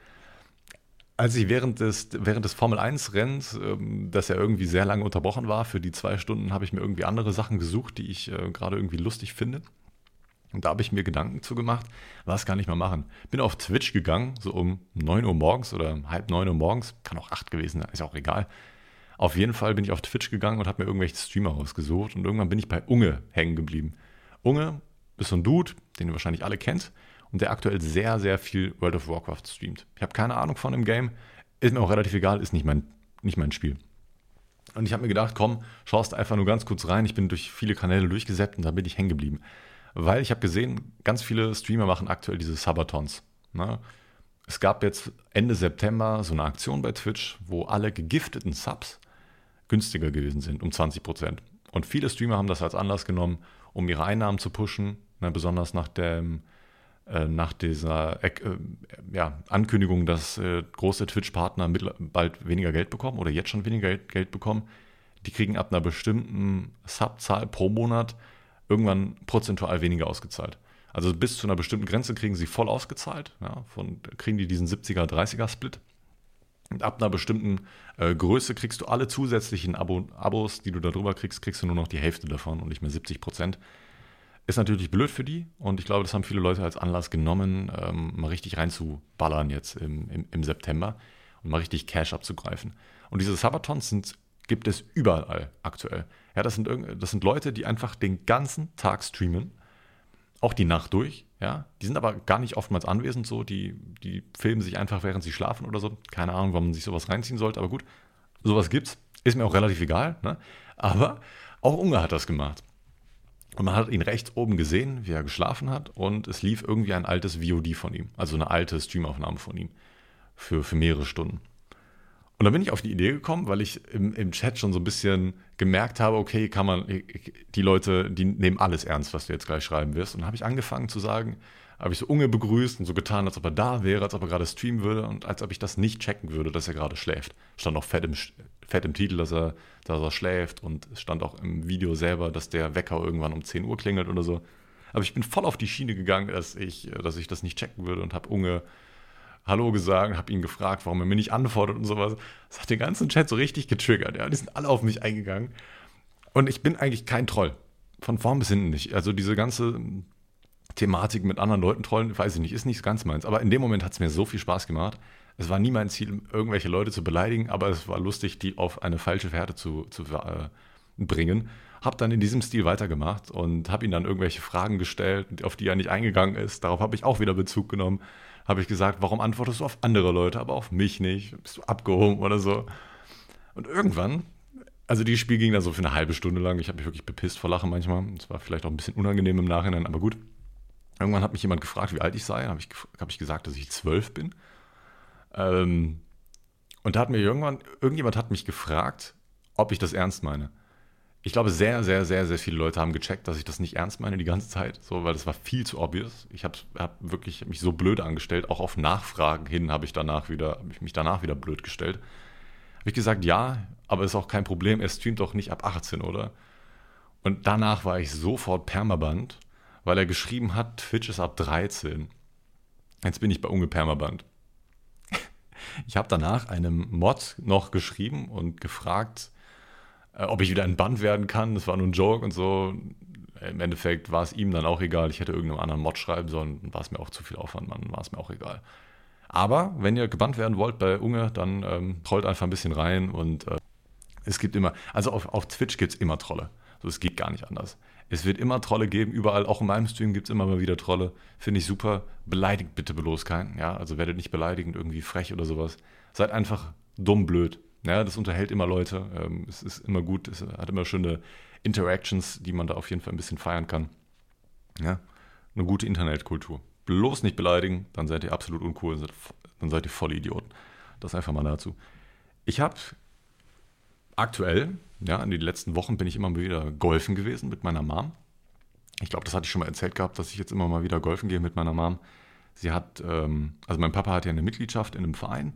Als ich während des, während des Formel eins Rennens, ähm, das ja irgendwie sehr lange unterbrochen war, für die zwei Stunden habe ich mir irgendwie andere Sachen gesucht, die ich äh, gerade irgendwie lustig finde. Und da habe ich mir Gedanken zu gemacht, was kann ich mal machen. Bin auf Twitch gegangen, so um neun Uhr morgens oder halb neun Uhr morgens, kann auch acht gewesen sein, ist ja auch egal. Auf jeden Fall bin ich auf Twitch gegangen und habe mir irgendwelche Streamer rausgesucht und irgendwann bin ich bei Unge hängen geblieben. Unge ist so ein Dude, den ihr wahrscheinlich alle kennt und der aktuell sehr, sehr viel World of Warcraft streamt. Ich habe keine Ahnung von dem Game, ist mir auch relativ egal, ist nicht mein, nicht mein Spiel. Und ich habe mir gedacht, komm, schaust einfach nur ganz kurz rein. Ich bin durch viele Kanäle durchgesäppt und da bin ich hängen geblieben. Weil ich habe gesehen, ganz viele Streamer machen aktuell diese Subathons. Ne? Es gab jetzt Ende September so eine Aktion bei Twitch, wo alle gegifteten Subs günstiger gewesen sind, um zwanzig Prozent. Und viele Streamer haben das als Anlass genommen, um ihre Einnahmen zu pushen, ne? Besonders nach, dem, äh, nach dieser äh, ja, Ankündigung, dass äh, große Twitch-Partner bald weniger Geld bekommen oder jetzt schon weniger Geld bekommen. Die kriegen ab einer bestimmten Subzahl pro Monat irgendwann prozentual weniger ausgezahlt. Also bis zu einer bestimmten Grenze kriegen sie voll ausgezahlt, ja, von, kriegen die diesen siebziger-dreißiger-Split. Und ab einer bestimmten äh, Größe kriegst du alle zusätzlichen Abo, Abos, die du da drüber kriegst, kriegst du nur noch die Hälfte davon und nicht mehr siebzig Prozent. Ist natürlich blöd für die und ich glaube, das haben viele Leute als Anlass genommen, ähm, mal richtig reinzuballern jetzt im, im, im September und mal richtig Cash abzugreifen. Und diese Subathons sind gibt es überall aktuell. Ja, das sind, das sind Leute, die einfach den ganzen Tag streamen, auch die Nacht durch. Ja, die sind aber gar nicht oftmals anwesend, so die, die filmen sich einfach, während sie schlafen oder so. Keine Ahnung, warum man sich sowas reinziehen sollte, aber gut, sowas gibt's. Ist mir auch relativ egal, ne? Aber auch Unge hat das gemacht. Und man hat ihn rechts oben gesehen, wie er geschlafen hat und es lief irgendwie ein altes V O D von ihm, also eine alte Streamaufnahme von ihm für, für mehrere Stunden. Und dann bin ich auf die Idee gekommen, weil ich im, im Chat schon so ein bisschen gemerkt habe, okay, kann man, die Leute, die nehmen alles ernst, was du jetzt gleich schreiben wirst. Und dann habe ich angefangen zu sagen, habe ich so Unge begrüßt und so getan, als ob er da wäre, als ob er gerade streamen würde und als ob ich das nicht checken würde, dass er gerade schläft. Stand auch fett im, fett im Titel, dass er, dass er schläft und es stand auch im Video selber, dass der Wecker irgendwann um zehn Uhr klingelt oder so. Aber ich bin voll auf die Schiene gegangen, dass ich, dass ich das nicht checken würde und habe Unge Hallo gesagt, habe ihn gefragt, warum er mir nicht antwortet und sowas. Das hat den ganzen Chat so richtig getriggert. Ja, die sind alle auf mich eingegangen. Und ich bin eigentlich kein Troll. Von vorn bis hinten nicht. Also diese ganze Thematik mit anderen Leuten trollen, weiß ich nicht, ist nicht ganz meins. Aber in dem Moment hat es mir so viel Spaß gemacht. Es war nie mein Ziel, irgendwelche Leute zu beleidigen, aber es war lustig, die auf eine falsche Fährte zu, zu äh, bringen. Habe dann in diesem Stil weitergemacht und habe ihm dann irgendwelche Fragen gestellt, auf die er nicht eingegangen ist. Darauf habe ich auch wieder Bezug genommen. Habe ich gesagt, warum antwortest du auf andere Leute, aber auf mich nicht? Bist du abgehoben oder so? Und irgendwann, also dieses Spiel ging dann so für eine halbe Stunde lang. Ich habe mich wirklich bepisst vor Lachen manchmal. Es war vielleicht auch ein bisschen unangenehm im Nachhinein, aber gut. Irgendwann hat mich jemand gefragt, wie alt ich sei. Dann habe ich, hab ich gesagt, dass ich zwölf bin. Ähm, und da hat mir irgendwann, irgendjemand hat mich gefragt, ob ich das ernst meine. Ich glaube, sehr, sehr, sehr, sehr viele Leute haben gecheckt, dass ich das nicht ernst meine die ganze Zeit, so, weil das war viel zu obvious. Ich habe hab wirklich mich so blöd angestellt, auch auf Nachfragen hin habe ich danach wieder, habe ich mich danach wieder blöd gestellt. Habe ich gesagt, ja, aber ist auch kein Problem, er streamt doch nicht ab achtzehn, oder? Und danach war ich sofort permabannt, weil er geschrieben hat, Twitch ist ab dreizehn. Jetzt bin ich bei Unge permabannt. Ich habe danach einem Mod noch geschrieben und gefragt, ob ich wieder entbannt werden kann. Das war nur ein Joke und so. Im Endeffekt war es ihm dann auch egal. Ich hätte irgendeinem anderen Mod schreiben sollen. War es mir auch zu viel Aufwand, Mann. War es mir auch egal. Aber wenn ihr gebannt werden wollt bei Unge, dann ähm, trollt einfach ein bisschen rein. Und äh, es gibt immer, also auf, auf Twitch gibt es immer Trolle. So, es geht gar nicht anders. Es wird immer Trolle geben, überall, auch in meinem Stream gibt es immer mal wieder Trolle. Finde ich super. Beleidigt bitte bloß keinen. Ja? Also werdet nicht beleidigend, irgendwie frech oder sowas. Seid einfach dumm blöd. Ja, das unterhält immer Leute. Ähm, es ist immer gut. Es hat immer schöne Interactions, die man da auf jeden Fall ein bisschen feiern kann. Ja? Eine gute Internetkultur. Bloß nicht beleidigen, dann seid ihr absolut uncool. Dann seid ihr voll Idioten. Das einfach mal dazu. Ich habe aktuell, ja, in den letzten Wochen bin ich immer mal wieder golfen gewesen mit meiner Mom. Ich glaube, das hatte ich schon mal erzählt gehabt, dass ich jetzt immer mal wieder golfen gehe mit meiner Mom. Sie hat, ähm, also mein Papa hat ja eine Mitgliedschaft in einem Verein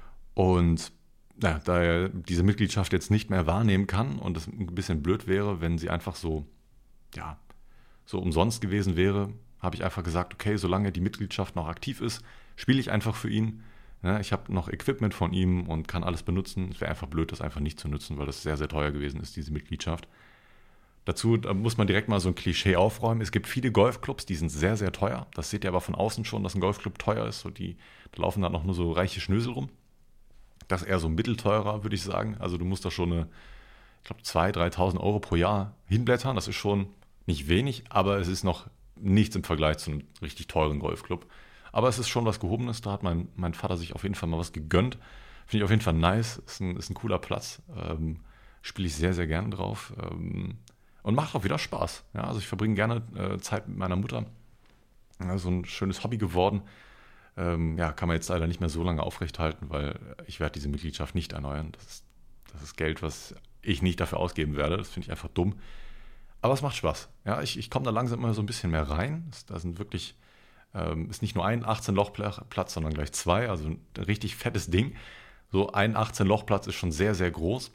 und ja, da er diese Mitgliedschaft jetzt nicht mehr wahrnehmen kann und es ein bisschen blöd wäre, wenn sie einfach so, ja, so umsonst gewesen wäre, habe ich einfach gesagt, okay, solange die Mitgliedschaft noch aktiv ist, spiele ich einfach für ihn. Ja, ich habe noch Equipment von ihm und kann alles benutzen. Es wäre einfach blöd, das einfach nicht zu nutzen, weil das sehr, sehr teuer gewesen ist, diese Mitgliedschaft. Dazu da muss man direkt mal so ein Klischee aufräumen. Es gibt viele Golfclubs, die sind sehr, sehr teuer. Das seht ihr aber von außen schon, dass ein Golfclub teuer ist. So die, da laufen dann auch nur so reiche Schnösel rum. Das ist eher so mittelteurer, würde ich sagen. Also du musst da schon eine, ich glaube, zweitausend, dreitausend Euro pro Jahr hinblättern. Das ist schon nicht wenig, aber es ist noch nichts im Vergleich zu einem richtig teuren Golfclub. Aber es ist schon was Gehobenes. Da hat mein, mein Vater sich auf jeden Fall mal was gegönnt. Finde ich auf jeden Fall nice. Ist ein, ist ein cooler Platz. Ähm, Spiele ich sehr, sehr gerne drauf. Ähm, und macht auch wieder Spaß. Ja, also ich verbringe gerne äh, Zeit mit meiner Mutter. Ja, so ein schönes Hobby geworden. Ähm, ja, kann man jetzt leider nicht mehr so lange aufrechthalten, weil ich werde diese Mitgliedschaft nicht erneuern. Das ist, das ist Geld, was ich nicht dafür ausgeben werde. Das finde ich einfach dumm. Aber es macht Spaß. Ja, ich, ich komme da langsam immer so ein bisschen mehr rein. Da sind wirklich, ähm, ist nicht nur ein achtzehn-Loch-Platz, sondern gleich zwei. Also ein richtig fettes Ding. So ein achtzehn-Loch-Platz ist schon sehr, sehr groß.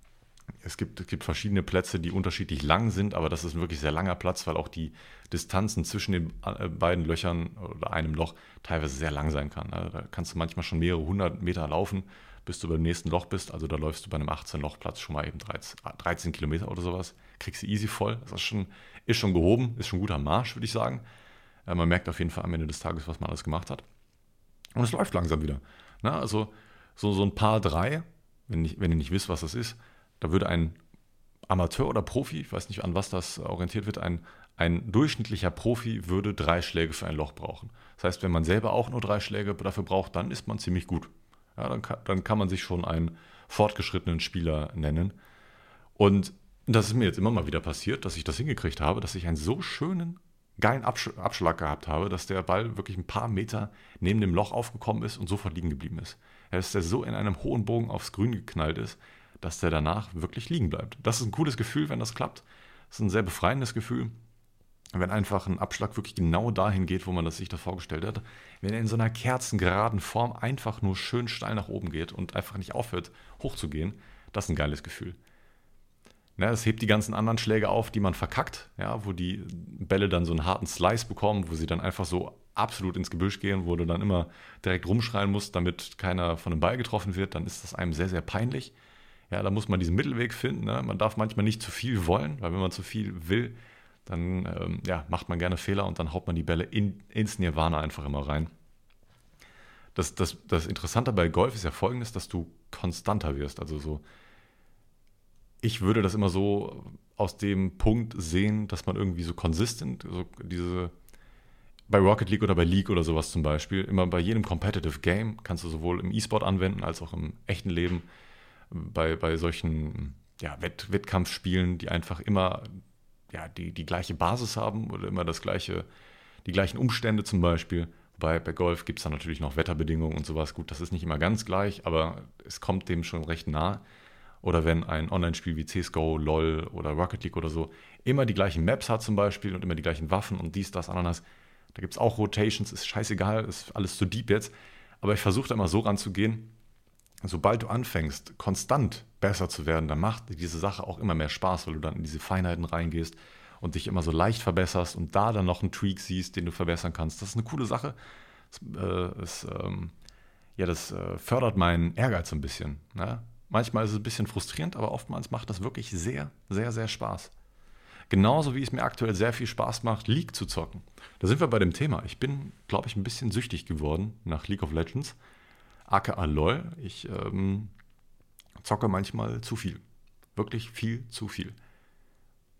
Es gibt, es gibt verschiedene Plätze, die unterschiedlich lang sind, aber das ist ein wirklich sehr langer Platz, weil auch die Distanzen zwischen den beiden Löchern oder einem Loch teilweise sehr lang sein kann. Also da kannst du manchmal schon mehrere hundert Meter laufen, bis du beim nächsten Loch bist. Also da läufst du bei einem achtzehn-Loch-Platz schon mal eben dreizehn, dreizehn Kilometer oder sowas. Kriegst du easy voll. Das ist schon, ist schon gehoben, ist schon ein guter Marsch, würde ich sagen. Man merkt auf jeden Fall am Ende des Tages, was man alles gemacht hat. Und es läuft langsam wieder. Na, also so, so ein Paar drei, wenn, nicht, wenn ihr nicht wisst, was das ist, da würde ein Amateur oder Profi, ich weiß nicht, an was das orientiert wird, ein, ein durchschnittlicher Profi würde drei Schläge für ein Loch brauchen. Das heißt, wenn man selber auch nur drei Schläge dafür braucht, dann ist man ziemlich gut. Ja, dann, kann, dann kann man sich schon einen fortgeschrittenen Spieler nennen. Und das ist mir jetzt immer mal wieder passiert, dass ich das hingekriegt habe, dass ich einen so schönen, geilen Absch- Abschlag gehabt habe, dass der Ball wirklich ein paar Meter neben dem Loch aufgekommen ist und sofort liegen geblieben ist. Ja, dass der so in einem hohen Bogen aufs Grün geknallt ist, dass der danach wirklich liegen bleibt. Das ist ein cooles Gefühl, wenn das klappt. Das ist ein sehr befreiendes Gefühl, wenn einfach ein Abschlag wirklich genau dahin geht, wo man das sich das vorgestellt hat. Wenn er in so einer kerzengeraden Form einfach nur schön steil nach oben geht und einfach nicht aufhört, hochzugehen, das ist ein geiles Gefühl. Ja, das hebt die ganzen anderen Schläge auf, die man verkackt, ja, wo die Bälle dann so einen harten Slice bekommen, wo sie dann einfach so absolut ins Gebüsch gehen, wo du dann immer direkt rumschreien musst, damit keiner von dem Ball getroffen wird, dann ist das einem sehr, sehr peinlich. Ja, da muss man diesen Mittelweg finden. Ne? Man darf manchmal nicht zu viel wollen, weil wenn man zu viel will, dann ähm, ja, macht man gerne Fehler und dann haut man die Bälle in, ins Nirvana einfach immer rein. Das, das, das Interessante bei Golf ist ja folgendes, dass du konstanter wirst. Also so, ich würde das immer so aus dem Punkt sehen, dass man irgendwie so consistent, so diese bei Rocket League oder bei League oder sowas zum Beispiel, immer bei jedem Competitive Game kannst du sowohl im E-Sport anwenden als auch im echten Leben. Bei, bei solchen ja, Wett, Wettkampfspielen, die einfach immer ja, die, die gleiche Basis haben oder immer das gleiche, die gleichen Umstände zum Beispiel. Bei, bei Golf gibt es dann natürlich noch Wetterbedingungen und sowas. Gut, das ist nicht immer ganz gleich, aber es kommt dem schon recht nah. Oder wenn ein Online-Spiel wie C S G O, LoL oder Rocket League oder so immer die gleichen Maps hat zum Beispiel und immer die gleichen Waffen und dies, das, Ananas. Da gibt es auch Rotations, ist scheißegal, ist alles zu deep jetzt. Aber ich versuche da immer so ranzugehen, sobald du anfängst, konstant besser zu werden, dann macht diese Sache auch immer mehr Spaß, weil du dann in diese Feinheiten reingehst und dich immer so leicht verbesserst und da dann noch einen Tweak siehst, den du verbessern kannst. Das ist eine coole Sache. Das, äh, ist, ähm, ja, das äh, fördert meinen Ehrgeiz so ein bisschen. Ne? Manchmal ist es ein bisschen frustrierend, aber oftmals macht das wirklich sehr, sehr, sehr Spaß. Genauso wie es mir aktuell sehr viel Spaß macht, League zu zocken. Da sind wir bei dem Thema. Ich bin, glaube ich, ein bisschen süchtig geworden nach League of Legends. aka LOL. Ich ähm, zocke manchmal zu viel. Wirklich viel zu viel.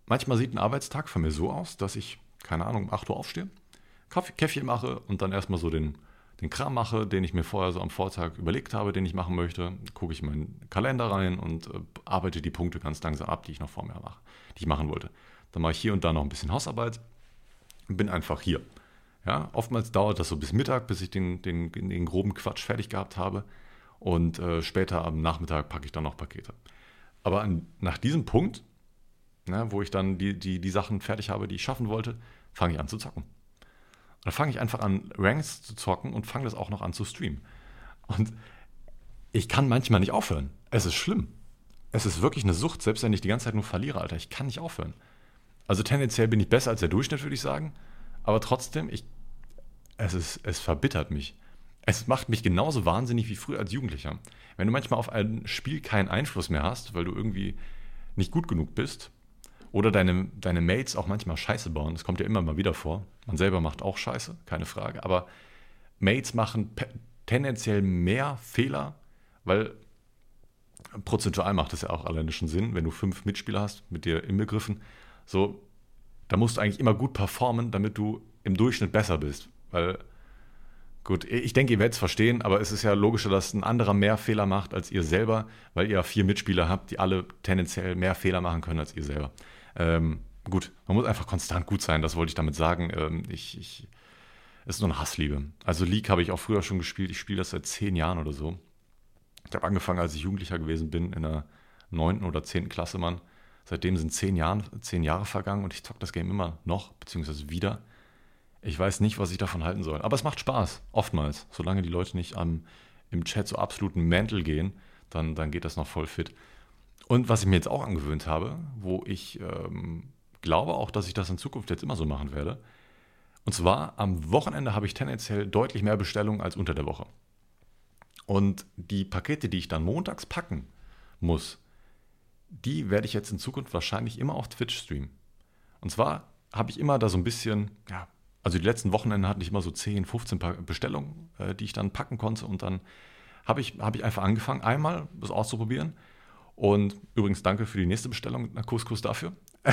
manchmal sieht ein Arbeitstag von mir so aus, dass ich, keine Ahnung, um acht Uhr aufstehe, Kaffee, Käffchen mache und dann erstmal so den, den Kram mache, den ich mir vorher so am Vortag überlegt habe, den ich machen möchte. Gucke ich in meinen Kalender rein und äh, arbeite die Punkte ganz langsam ab, die ich noch vor mir mache, die ich machen wollte. Dann mache ich hier und da noch ein bisschen Hausarbeit und bin einfach hier. Ja, oftmals dauert das so bis Mittag, bis ich den, den, den groben Quatsch fertig gehabt habe. Und äh, später am Nachmittag packe ich dann noch Pakete. Aber an, nach diesem Punkt, ne, wo ich dann die, die, die Sachen fertig habe, die ich schaffen wollte, fange ich an zu zocken. Dann fange ich einfach an, Ranks zu zocken und fange das auch noch an zu streamen. Und ich kann manchmal nicht aufhören. Es ist schlimm. Es ist wirklich eine Sucht, selbst wenn ich die ganze Zeit nur verliere, Alter. Ich kann nicht aufhören. Also tendenziell bin ich besser als der Durchschnitt, würde ich sagen. Aber trotzdem, ich, es, ist, es verbittert mich. Es macht mich genauso wahnsinnig wie früher als Jugendlicher. Wenn du manchmal auf ein Spiel keinen Einfluss mehr hast, weil du irgendwie nicht gut genug bist oder deine, deine Mates auch manchmal Scheiße bauen, das kommt ja immer mal wieder vor. Man selber macht auch Scheiße, keine Frage. Aber Mates machen pe- tendenziell mehr Fehler, weil prozentual macht das ja auch alleine schon Sinn, wenn du fünf Mitspieler hast, mit dir inbegriffen. So, da musst du eigentlich immer gut performen, damit du im Durchschnitt besser bist. Weil, gut, ich denke, ihr werdet es verstehen, aber es ist ja logischer, dass ein anderer mehr Fehler macht als ihr selber, weil ihr vier Mitspieler habt, die alle tendenziell mehr Fehler machen können als ihr selber. Ähm, gut, man muss einfach konstant gut sein, das wollte ich damit sagen. Ähm, ich, ich, es ist so eine Hassliebe. Also League habe ich auch früher schon gespielt, ich spiele das seit zehn Jahren oder so. Ich habe angefangen, als ich Jugendlicher gewesen bin, in der neunten oder zehnten Klasse, Mann. Seitdem sind zehn, Jahren, zehn Jahre vergangen und ich zocke das Game immer noch, beziehungsweise wieder. Ich weiß nicht, was ich davon halten soll. Aber es macht Spaß, oftmals. Solange die Leute nicht am, im Chat so absoluten Mental gehen, dann, dann geht das noch voll fit. Und was ich mir jetzt auch angewöhnt habe, wo ich ähm, glaube auch, dass ich das in Zukunft jetzt immer so machen werde. Und zwar am Wochenende habe ich tendenziell deutlich mehr Bestellungen als unter der Woche. Und die Pakete, die ich dann montags packen muss, die werde ich jetzt in Zukunft wahrscheinlich immer auf Twitch streamen. Und zwar habe ich immer da so ein bisschen, ja, also die letzten Wochenende hatte ich immer so zehn, fünfzehn Bestellungen, äh, die ich dann packen konnte. Und dann habe ich, habe ich einfach angefangen, einmal das auszuprobieren. Und übrigens danke für die nächste Bestellung, Couscous dafür.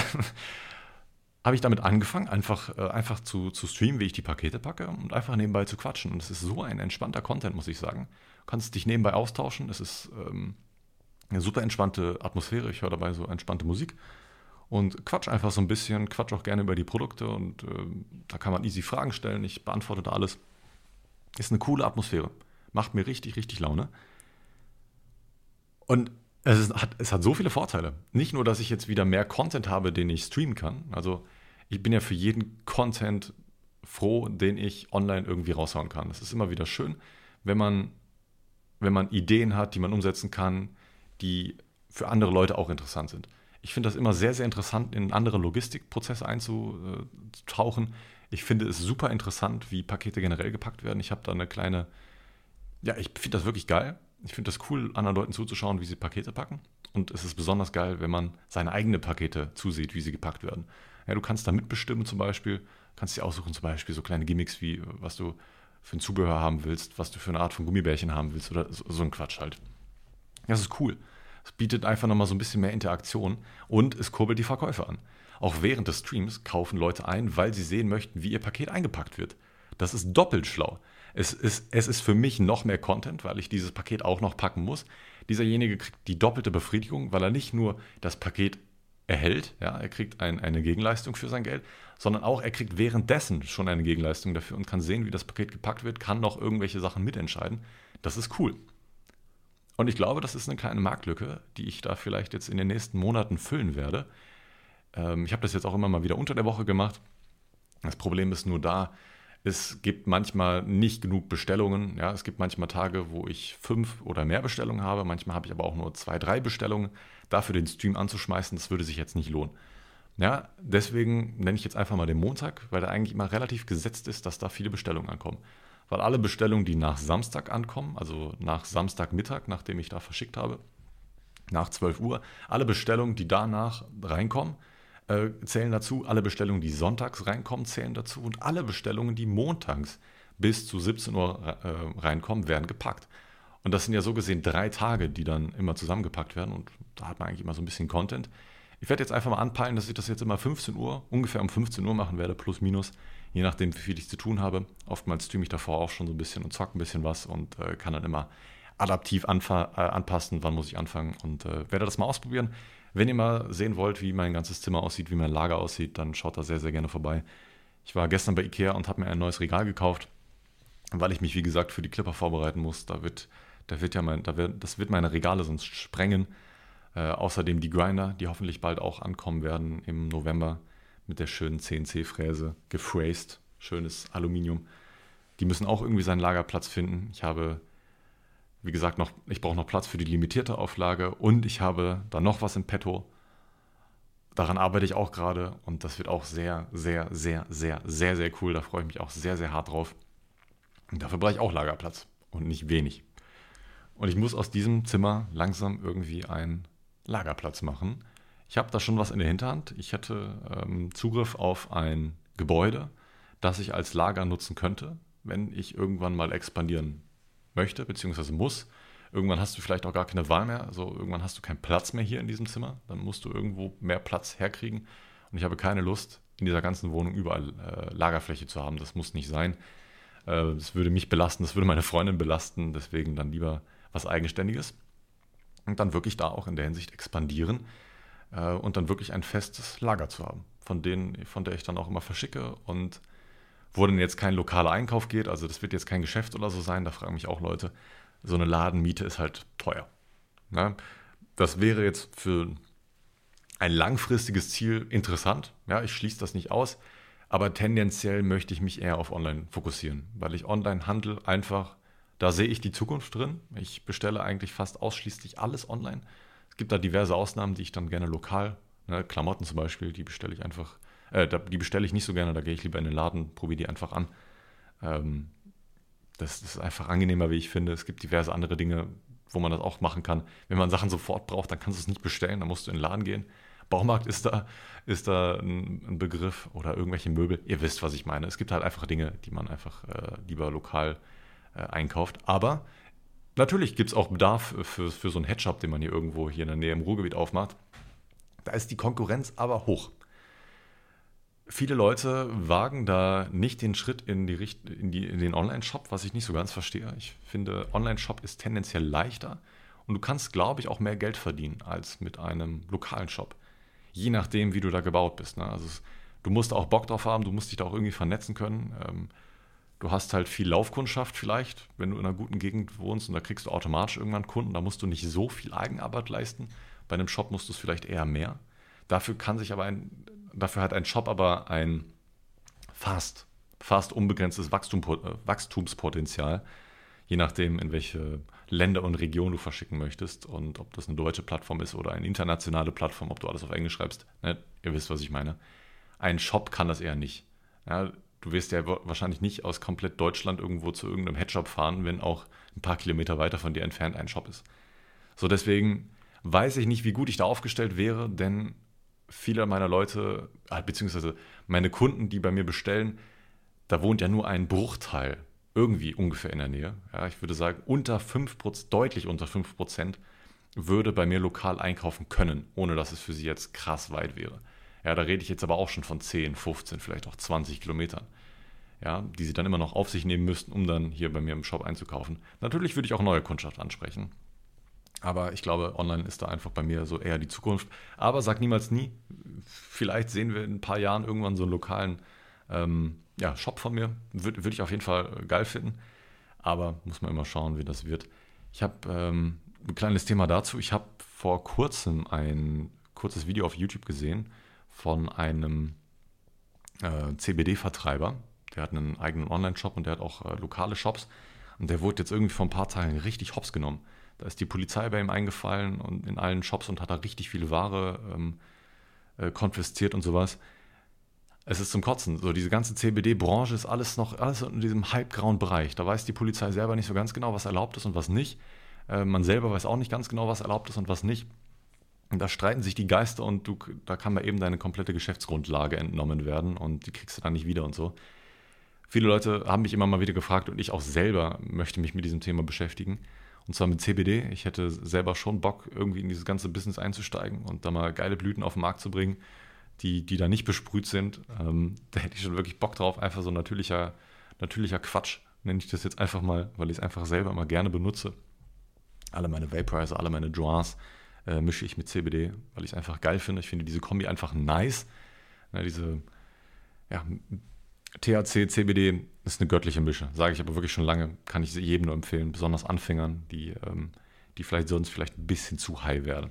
Habe ich damit angefangen, einfach, äh, einfach zu, zu streamen, wie ich die Pakete packe und einfach nebenbei zu quatschen. Und es ist so ein entspannter Content, muss ich sagen. Du kannst dich nebenbei austauschen. Es ist ähm, eine super entspannte Atmosphäre. Ich höre dabei so entspannte Musik und quatsch einfach so ein bisschen, quatsch auch gerne über die Produkte und äh, da kann man easy Fragen stellen. Ich beantworte da alles. Ist eine coole Atmosphäre. Macht mir richtig, richtig Laune. Und es, ist, hat, es hat so viele Vorteile. Nicht nur, dass ich jetzt wieder mehr Content habe, den ich streamen kann. Also ich bin ja für jeden Content froh, den ich online irgendwie raushauen kann. Es ist immer wieder schön, wenn man, wenn man Ideen hat, die man umsetzen kann, die für andere Leute auch interessant sind. Ich finde das immer sehr, sehr interessant, in andere Logistikprozesse einzutauchen. Ich finde es super interessant, wie Pakete generell gepackt werden. Ich habe da eine kleine, ja, ich finde das wirklich geil. Ich finde das cool, anderen Leuten zuzuschauen, wie sie Pakete packen. Und es ist besonders geil, wenn man seine eigenen Pakete zusieht, wie sie gepackt werden. Ja, du kannst da mitbestimmen zum Beispiel, kannst dir aussuchen zum Beispiel so kleine Gimmicks wie, was du für ein Zubehör haben willst, was du für eine Art von Gummibärchen haben willst oder so, so ein Quatsch halt. Das ist cool. Es bietet einfach nochmal so ein bisschen mehr Interaktion und es kurbelt die Verkäufe an. Auch während des Streams kaufen Leute ein, weil sie sehen möchten, wie ihr Paket eingepackt wird. Das ist doppelt schlau. Es ist, es ist für mich noch mehr Content, weil ich dieses Paket auch noch packen muss. Dieserjenige kriegt die doppelte Befriedigung, weil er nicht nur das Paket erhält, ja, er kriegt ein, eine Gegenleistung für sein Geld, sondern auch er kriegt währenddessen schon eine Gegenleistung dafür und kann sehen, wie das Paket gepackt wird, kann noch irgendwelche Sachen mitentscheiden. Das ist cool. Und ich glaube, das ist eine kleine Marktlücke, die ich da vielleicht jetzt in den nächsten Monaten füllen werde. Ähm, ich habe das jetzt auch immer mal wieder unter der Woche gemacht. Das Problem ist nur da, es gibt manchmal nicht genug Bestellungen. Ja, es gibt manchmal Tage, wo ich fünf oder mehr Bestellungen habe. Manchmal habe ich aber auch nur zwei, drei Bestellungen. Dafür den Stream anzuschmeißen, das würde sich jetzt nicht lohnen. Ja, deswegen nenne ich jetzt einfach mal den Montag, weil da eigentlich immer relativ gesetzt ist, dass da viele Bestellungen ankommen. Weil alle Bestellungen, die nach Samstag ankommen, also nach Samstagmittag, nachdem ich da verschickt habe, nach zwölf Uhr, alle Bestellungen, die danach reinkommen, äh, zählen dazu. Alle Bestellungen, die sonntags reinkommen, zählen dazu. Und alle Bestellungen, die montags bis zu siebzehn Uhr äh, reinkommen, werden gepackt. Und das sind ja so gesehen drei Tage, die dann immer zusammengepackt werden. Und da hat man eigentlich immer so ein bisschen Content. Ich werde jetzt einfach mal anpeilen, dass ich das jetzt immer fünfzehn Uhr, ungefähr um fünfzehn Uhr machen werde, plus minus, je nachdem, wie viel ich zu tun habe. Oftmals streame ich davor auch schon so ein bisschen und zocke ein bisschen was und äh, kann dann immer adaptiv anfa- äh, anpassen, wann muss ich anfangen und äh, werde das mal ausprobieren. Wenn ihr mal sehen wollt, wie mein ganzes Zimmer aussieht, wie mein Lager aussieht, dann schaut da sehr, sehr gerne vorbei. Ich war gestern bei Ikea und habe mir ein neues Regal gekauft, weil ich mich, wie gesagt, für die Clipper vorbereiten muss. Da wird, da wird ja mein, da wird, das wird meine Regale sonst sprengen. Äh, außerdem die Grinder, die hoffentlich bald auch ankommen werden im November mit der schönen C N C-Fräse, gefräst, schönes Aluminium. Die müssen auch irgendwie seinen Lagerplatz finden. Ich habe, wie gesagt, noch, ich brauche noch Platz für die limitierte Auflage und ich habe da noch was im Petto. Daran arbeite ich auch gerade und das wird auch sehr, sehr, sehr, sehr, sehr, sehr cool. Da freue ich mich auch sehr, sehr hart drauf. Und dafür brauche ich auch Lagerplatz und nicht wenig. Und ich muss aus diesem Zimmer langsam irgendwie einen Lagerplatz machen. Ich habe da schon was in der Hinterhand. Ich hätte ähm, Zugriff auf ein Gebäude, das ich als Lager nutzen könnte, wenn ich irgendwann mal expandieren möchte, beziehungsweise muss. Irgendwann hast du vielleicht auch gar keine Wahl mehr. Also irgendwann hast du keinen Platz mehr hier in diesem Zimmer. Dann musst du irgendwo mehr Platz herkriegen. Und ich habe keine Lust, in dieser ganzen Wohnung überall äh, Lagerfläche zu haben. Das muss nicht sein. Äh, das würde mich belasten, das würde meine Freundin belasten. Deswegen dann lieber was Eigenständiges. Und dann wirklich da auch in der Hinsicht expandieren. Äh, und dann wirklich ein festes Lager zu haben, von denen, von der ich dann auch immer verschicke. Und wo dann jetzt kein lokaler Einkauf geht, also das wird jetzt kein Geschäft oder so sein, da fragen mich auch Leute, so eine Ladenmiete ist halt teuer. Ja, das wäre jetzt für ein langfristiges Ziel interessant. Ja, ich schließe das nicht aus, aber tendenziell möchte ich mich eher auf Online fokussieren, weil ich Online-Handel einfach, da sehe ich die Zukunft drin. Ich bestelle eigentlich fast ausschließlich alles online. Es gibt da diverse Ausnahmen, die ich dann gerne lokal, ne, Klamotten zum Beispiel, die bestelle ich einfach, äh, die bestelle ich nicht so gerne, da gehe ich lieber in den Laden, probiere die einfach an. Ähm, Das ist einfach angenehmer, wie ich finde. Es gibt diverse andere Dinge, wo man das auch machen kann. Wenn man Sachen sofort braucht, dann kannst du es nicht bestellen, dann musst du in den Laden gehen. Baumarkt ist da, ist da ein, ein Begriff oder irgendwelche Möbel. Ihr wisst, was ich meine. Es gibt halt einfach Dinge, die man einfach äh, lieber lokal äh, einkauft. Aber natürlich gibt es auch Bedarf für, für so einen Headshop, den man hier irgendwo hier in der Nähe im Ruhrgebiet aufmacht. Da ist die Konkurrenz aber hoch. Viele Leute wagen da nicht den Schritt in, die, Richt- in, die, in den Online-Shop, was ich nicht so ganz verstehe. Ich finde, Online-Shop ist tendenziell leichter und du kannst, glaube ich, auch mehr Geld verdienen als mit einem lokalen Shop. Je nachdem, wie du da gebaut bist. Ne? Also es, du musst auch Bock drauf haben, du musst dich da auch irgendwie vernetzen können. Ähm, du hast halt viel Laufkundschaft vielleicht, wenn du in einer guten Gegend wohnst und da kriegst du automatisch irgendwann Kunden. Da musst du nicht so viel Eigenarbeit leisten. Bei einem Shop musst du es vielleicht eher mehr. Dafür kann sich aber ein Dafür hat ein Shop aber ein fast, fast unbegrenztes Wachstum, Wachstumspotenzial, je nachdem, in welche Länder und Regionen du verschicken möchtest und ob das eine deutsche Plattform ist oder eine internationale Plattform, ob du alles auf Englisch schreibst. Ne? Ihr wisst, was ich meine. Ein Shop kann das eher nicht. Ja, du wirst ja wahrscheinlich nicht aus komplett Deutschland irgendwo zu irgendeinem Headshop fahren, wenn auch ein paar Kilometer weiter von dir entfernt ein Shop ist. So, deswegen weiß ich nicht, wie gut ich da aufgestellt wäre, denn viele meiner Leute, beziehungsweise meine Kunden, die bei mir bestellen, da wohnt ja nur ein Bruchteil irgendwie ungefähr in der Nähe. Ja, ich würde sagen, unter fünf Prozent, deutlich unter fünf Prozent würde bei mir lokal einkaufen können, ohne dass es für sie jetzt krass weit wäre. Ja, da rede ich jetzt aber auch schon von zehn, fünfzehn, vielleicht auch zwanzig Kilometern, ja, die sie dann immer noch auf sich nehmen müssten, um dann hier bei mir im Shop einzukaufen. Natürlich würde ich auch neue Kundschaft ansprechen. Aber ich glaube, online ist da einfach bei mir so eher die Zukunft. Aber sag niemals nie. Vielleicht sehen wir in ein paar Jahren irgendwann so einen lokalen ähm, ja, Shop von mir. Würde würd ich auf jeden Fall geil finden. Aber muss man immer schauen, wie das wird. Ich habe ähm, ein kleines Thema dazu. Ich habe vor kurzem ein kurzes Video auf YouTube gesehen von einem äh, C B D-Vertreiber. Der hat einen eigenen Online-Shop und der hat auch äh, lokale Shops. Und der wurde jetzt irgendwie vor ein paar Tagen richtig hops genommen. Da ist die Polizei bei ihm eingefallen und in allen Shops und hat da richtig viel Ware ähm, äh, konfisziert und sowas. Es ist zum Kotzen. So, diese ganze C B D-Branche ist alles noch alles in diesem halbgrauen Bereich. Da weiß die Polizei selber nicht so ganz genau, was erlaubt ist und was nicht. Äh, man selber weiß auch nicht ganz genau, was erlaubt ist und was nicht. Und da streiten sich die Geister und du, da kann mal eben deine komplette Geschäftsgrundlage entnommen werden und die kriegst du dann nicht wieder und so. Viele Leute haben mich immer mal wieder gefragt und ich auch selber möchte mich mit diesem Thema beschäftigen. Und zwar mit C B D. Ich hätte selber schon Bock, irgendwie in dieses ganze Business einzusteigen und da mal geile Blüten auf den Markt zu bringen, die, die da nicht besprüht sind. Ähm, da hätte ich schon wirklich Bock drauf. Einfach so natürlicher, natürlicher Quatsch, nenne ich das jetzt einfach mal, weil ich es einfach selber immer gerne benutze. Alle meine Vaporizer, alle meine Joints äh, mische ich mit C B D, weil ich es einfach geil finde. Ich finde diese Kombi einfach nice. Ja, diese ja, T H C, C B D ist eine göttliche Mische, sage ich aber wirklich schon lange, kann ich jedem nur empfehlen, besonders Anfängern, die, ähm, die vielleicht sonst vielleicht ein bisschen zu high werden.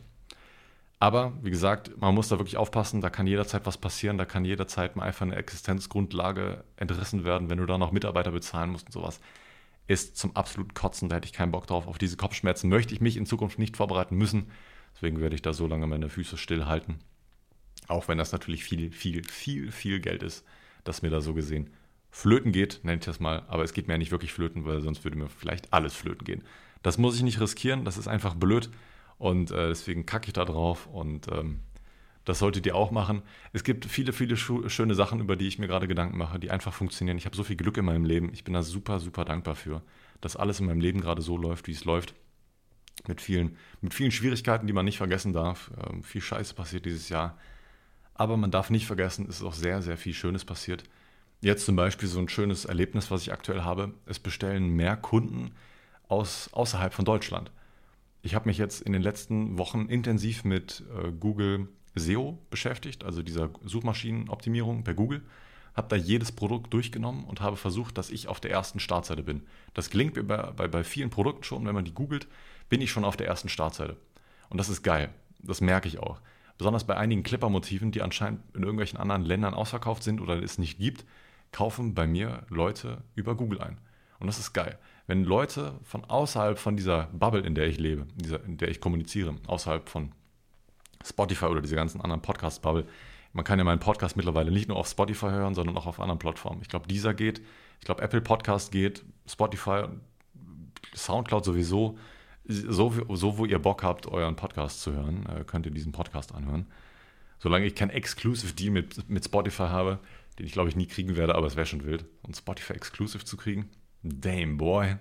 Aber wie gesagt, man muss da wirklich aufpassen, da kann jederzeit was passieren, da kann jederzeit mal einfach eine Existenzgrundlage entrissen werden, wenn du da noch Mitarbeiter bezahlen musst und sowas. Ist zum absoluten Kotzen, da hätte ich keinen Bock drauf. Auf diese Kopfschmerzen möchte ich mich in Zukunft nicht vorbereiten müssen, deswegen werde ich da so lange meine Füße stillhalten. Auch wenn das natürlich viel, viel, viel, viel Geld ist, dass mir da so gesehen flöten geht, nenne ich das mal. Aber es geht mir ja nicht wirklich flöten, weil sonst würde mir vielleicht alles flöten gehen. Das muss ich nicht riskieren, das ist einfach blöd. Und äh, deswegen kacke ich da drauf und ähm, das solltet ihr auch machen. Es gibt viele, viele schu- schöne Sachen, über die ich mir gerade Gedanken mache, die einfach funktionieren. Ich habe so viel Glück in meinem Leben. Ich bin da super, super dankbar für, dass alles in meinem Leben gerade so läuft, wie es läuft. Mit vielen, mit vielen Schwierigkeiten, die man nicht vergessen darf. Ähm, viel Scheiße passiert dieses Jahr. Aber man darf nicht vergessen, es ist auch sehr, sehr viel Schönes passiert. Jetzt zum Beispiel so ein schönes Erlebnis, was ich aktuell habe. Es bestellen mehr Kunden aus, außerhalb von Deutschland. Ich habe mich jetzt in den letzten Wochen intensiv mit äh, Google S E O beschäftigt, also dieser Suchmaschinenoptimierung bei Google. Habe da jedes Produkt durchgenommen und habe versucht, dass ich auf der ersten Startseite bin. Das gelingt mir bei, bei, bei vielen Produkten schon. Wenn man die googelt, bin ich schon auf der ersten Startseite. Und das ist geil. Das merke ich auch. Besonders bei einigen Clipper-Motiven, die anscheinend in irgendwelchen anderen Ländern ausverkauft sind oder es nicht gibt, kaufen bei mir Leute über Google ein. Und das ist geil. Wenn Leute von außerhalb von dieser Bubble, in der ich lebe, in, dieser, in der ich kommuniziere, außerhalb von Spotify oder dieser ganzen anderen Podcast-Bubble, man kann ja meinen Podcast mittlerweile nicht nur auf Spotify hören, sondern auch auf anderen Plattformen. Ich glaube, dieser geht, ich glaube, Apple Podcast geht, Spotify, Soundcloud sowieso. So, so, wo ihr Bock habt, euren Podcast zu hören, könnt ihr diesen Podcast anhören. Solange ich kein Exclusive Deal mit, mit Spotify habe, den ich glaube ich nie kriegen werde, aber es wäre schon wild, und Spotify Exclusive zu kriegen. Damn, boy.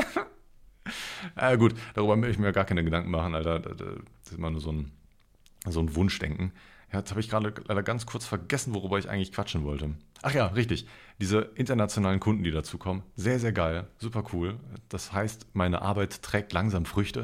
äh, gut, darüber möchte ich mir gar keine Gedanken machen, Alter. Das ist immer nur so ein, so ein Wunschdenken. Ja, jetzt habe ich gerade leider ganz kurz vergessen, worüber ich eigentlich quatschen wollte. Ach ja, richtig. Diese internationalen Kunden, die dazukommen, sehr, sehr geil, super cool. Das heißt, meine Arbeit trägt langsam Früchte.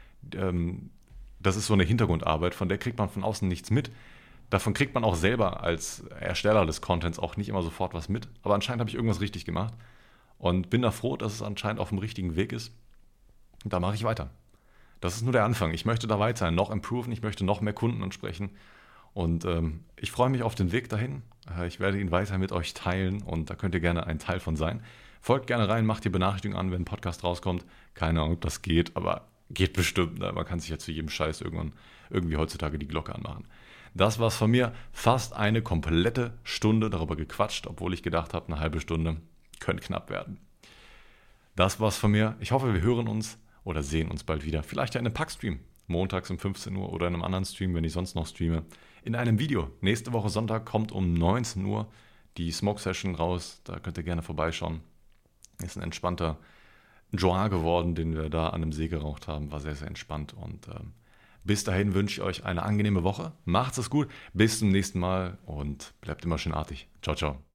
Das ist so eine Hintergrundarbeit, von der kriegt man von außen nichts mit. Davon kriegt man auch selber als Ersteller des Contents auch nicht immer sofort was mit. Aber anscheinend habe ich irgendwas richtig gemacht und bin da froh, dass es anscheinend auf dem richtigen Weg ist. Und da mache ich weiter. Das ist nur der Anfang. Ich möchte da weiter noch improven, ich möchte noch mehr Kunden ansprechen. Und ähm, ich freue mich auf den Weg dahin. Äh, ich werde ihn weiter mit euch teilen und da könnt ihr gerne ein Teil von sein. Folgt gerne rein, macht die Benachrichtigung an, wenn ein Podcast rauskommt. Keine Ahnung, ob das geht, aber geht bestimmt. Ne? Man kann sich ja zu jedem Scheiß irgendwann irgendwie heutzutage die Glocke anmachen. Das war's von mir. Fast eine komplette Stunde darüber gequatscht, obwohl ich gedacht habe, eine halbe Stunde könnte knapp werden. Das war's von mir. Ich hoffe, wir hören uns oder sehen uns bald wieder. Vielleicht ja in einem Packstream. Montags um fünfzehn Uhr oder in einem anderen Stream, wenn ich sonst noch streame. In einem Video. Nächste Woche Sonntag kommt um neunzehn Uhr die Smoke Session raus. Da könnt ihr gerne vorbeischauen. Ist ein entspannter Joint geworden, den wir da an einem See geraucht haben. War sehr, sehr entspannt. Und ähm, bis dahin wünsche ich euch eine angenehme Woche. Macht's es gut. Bis zum nächsten Mal und bleibt immer schön artig. Ciao, ciao.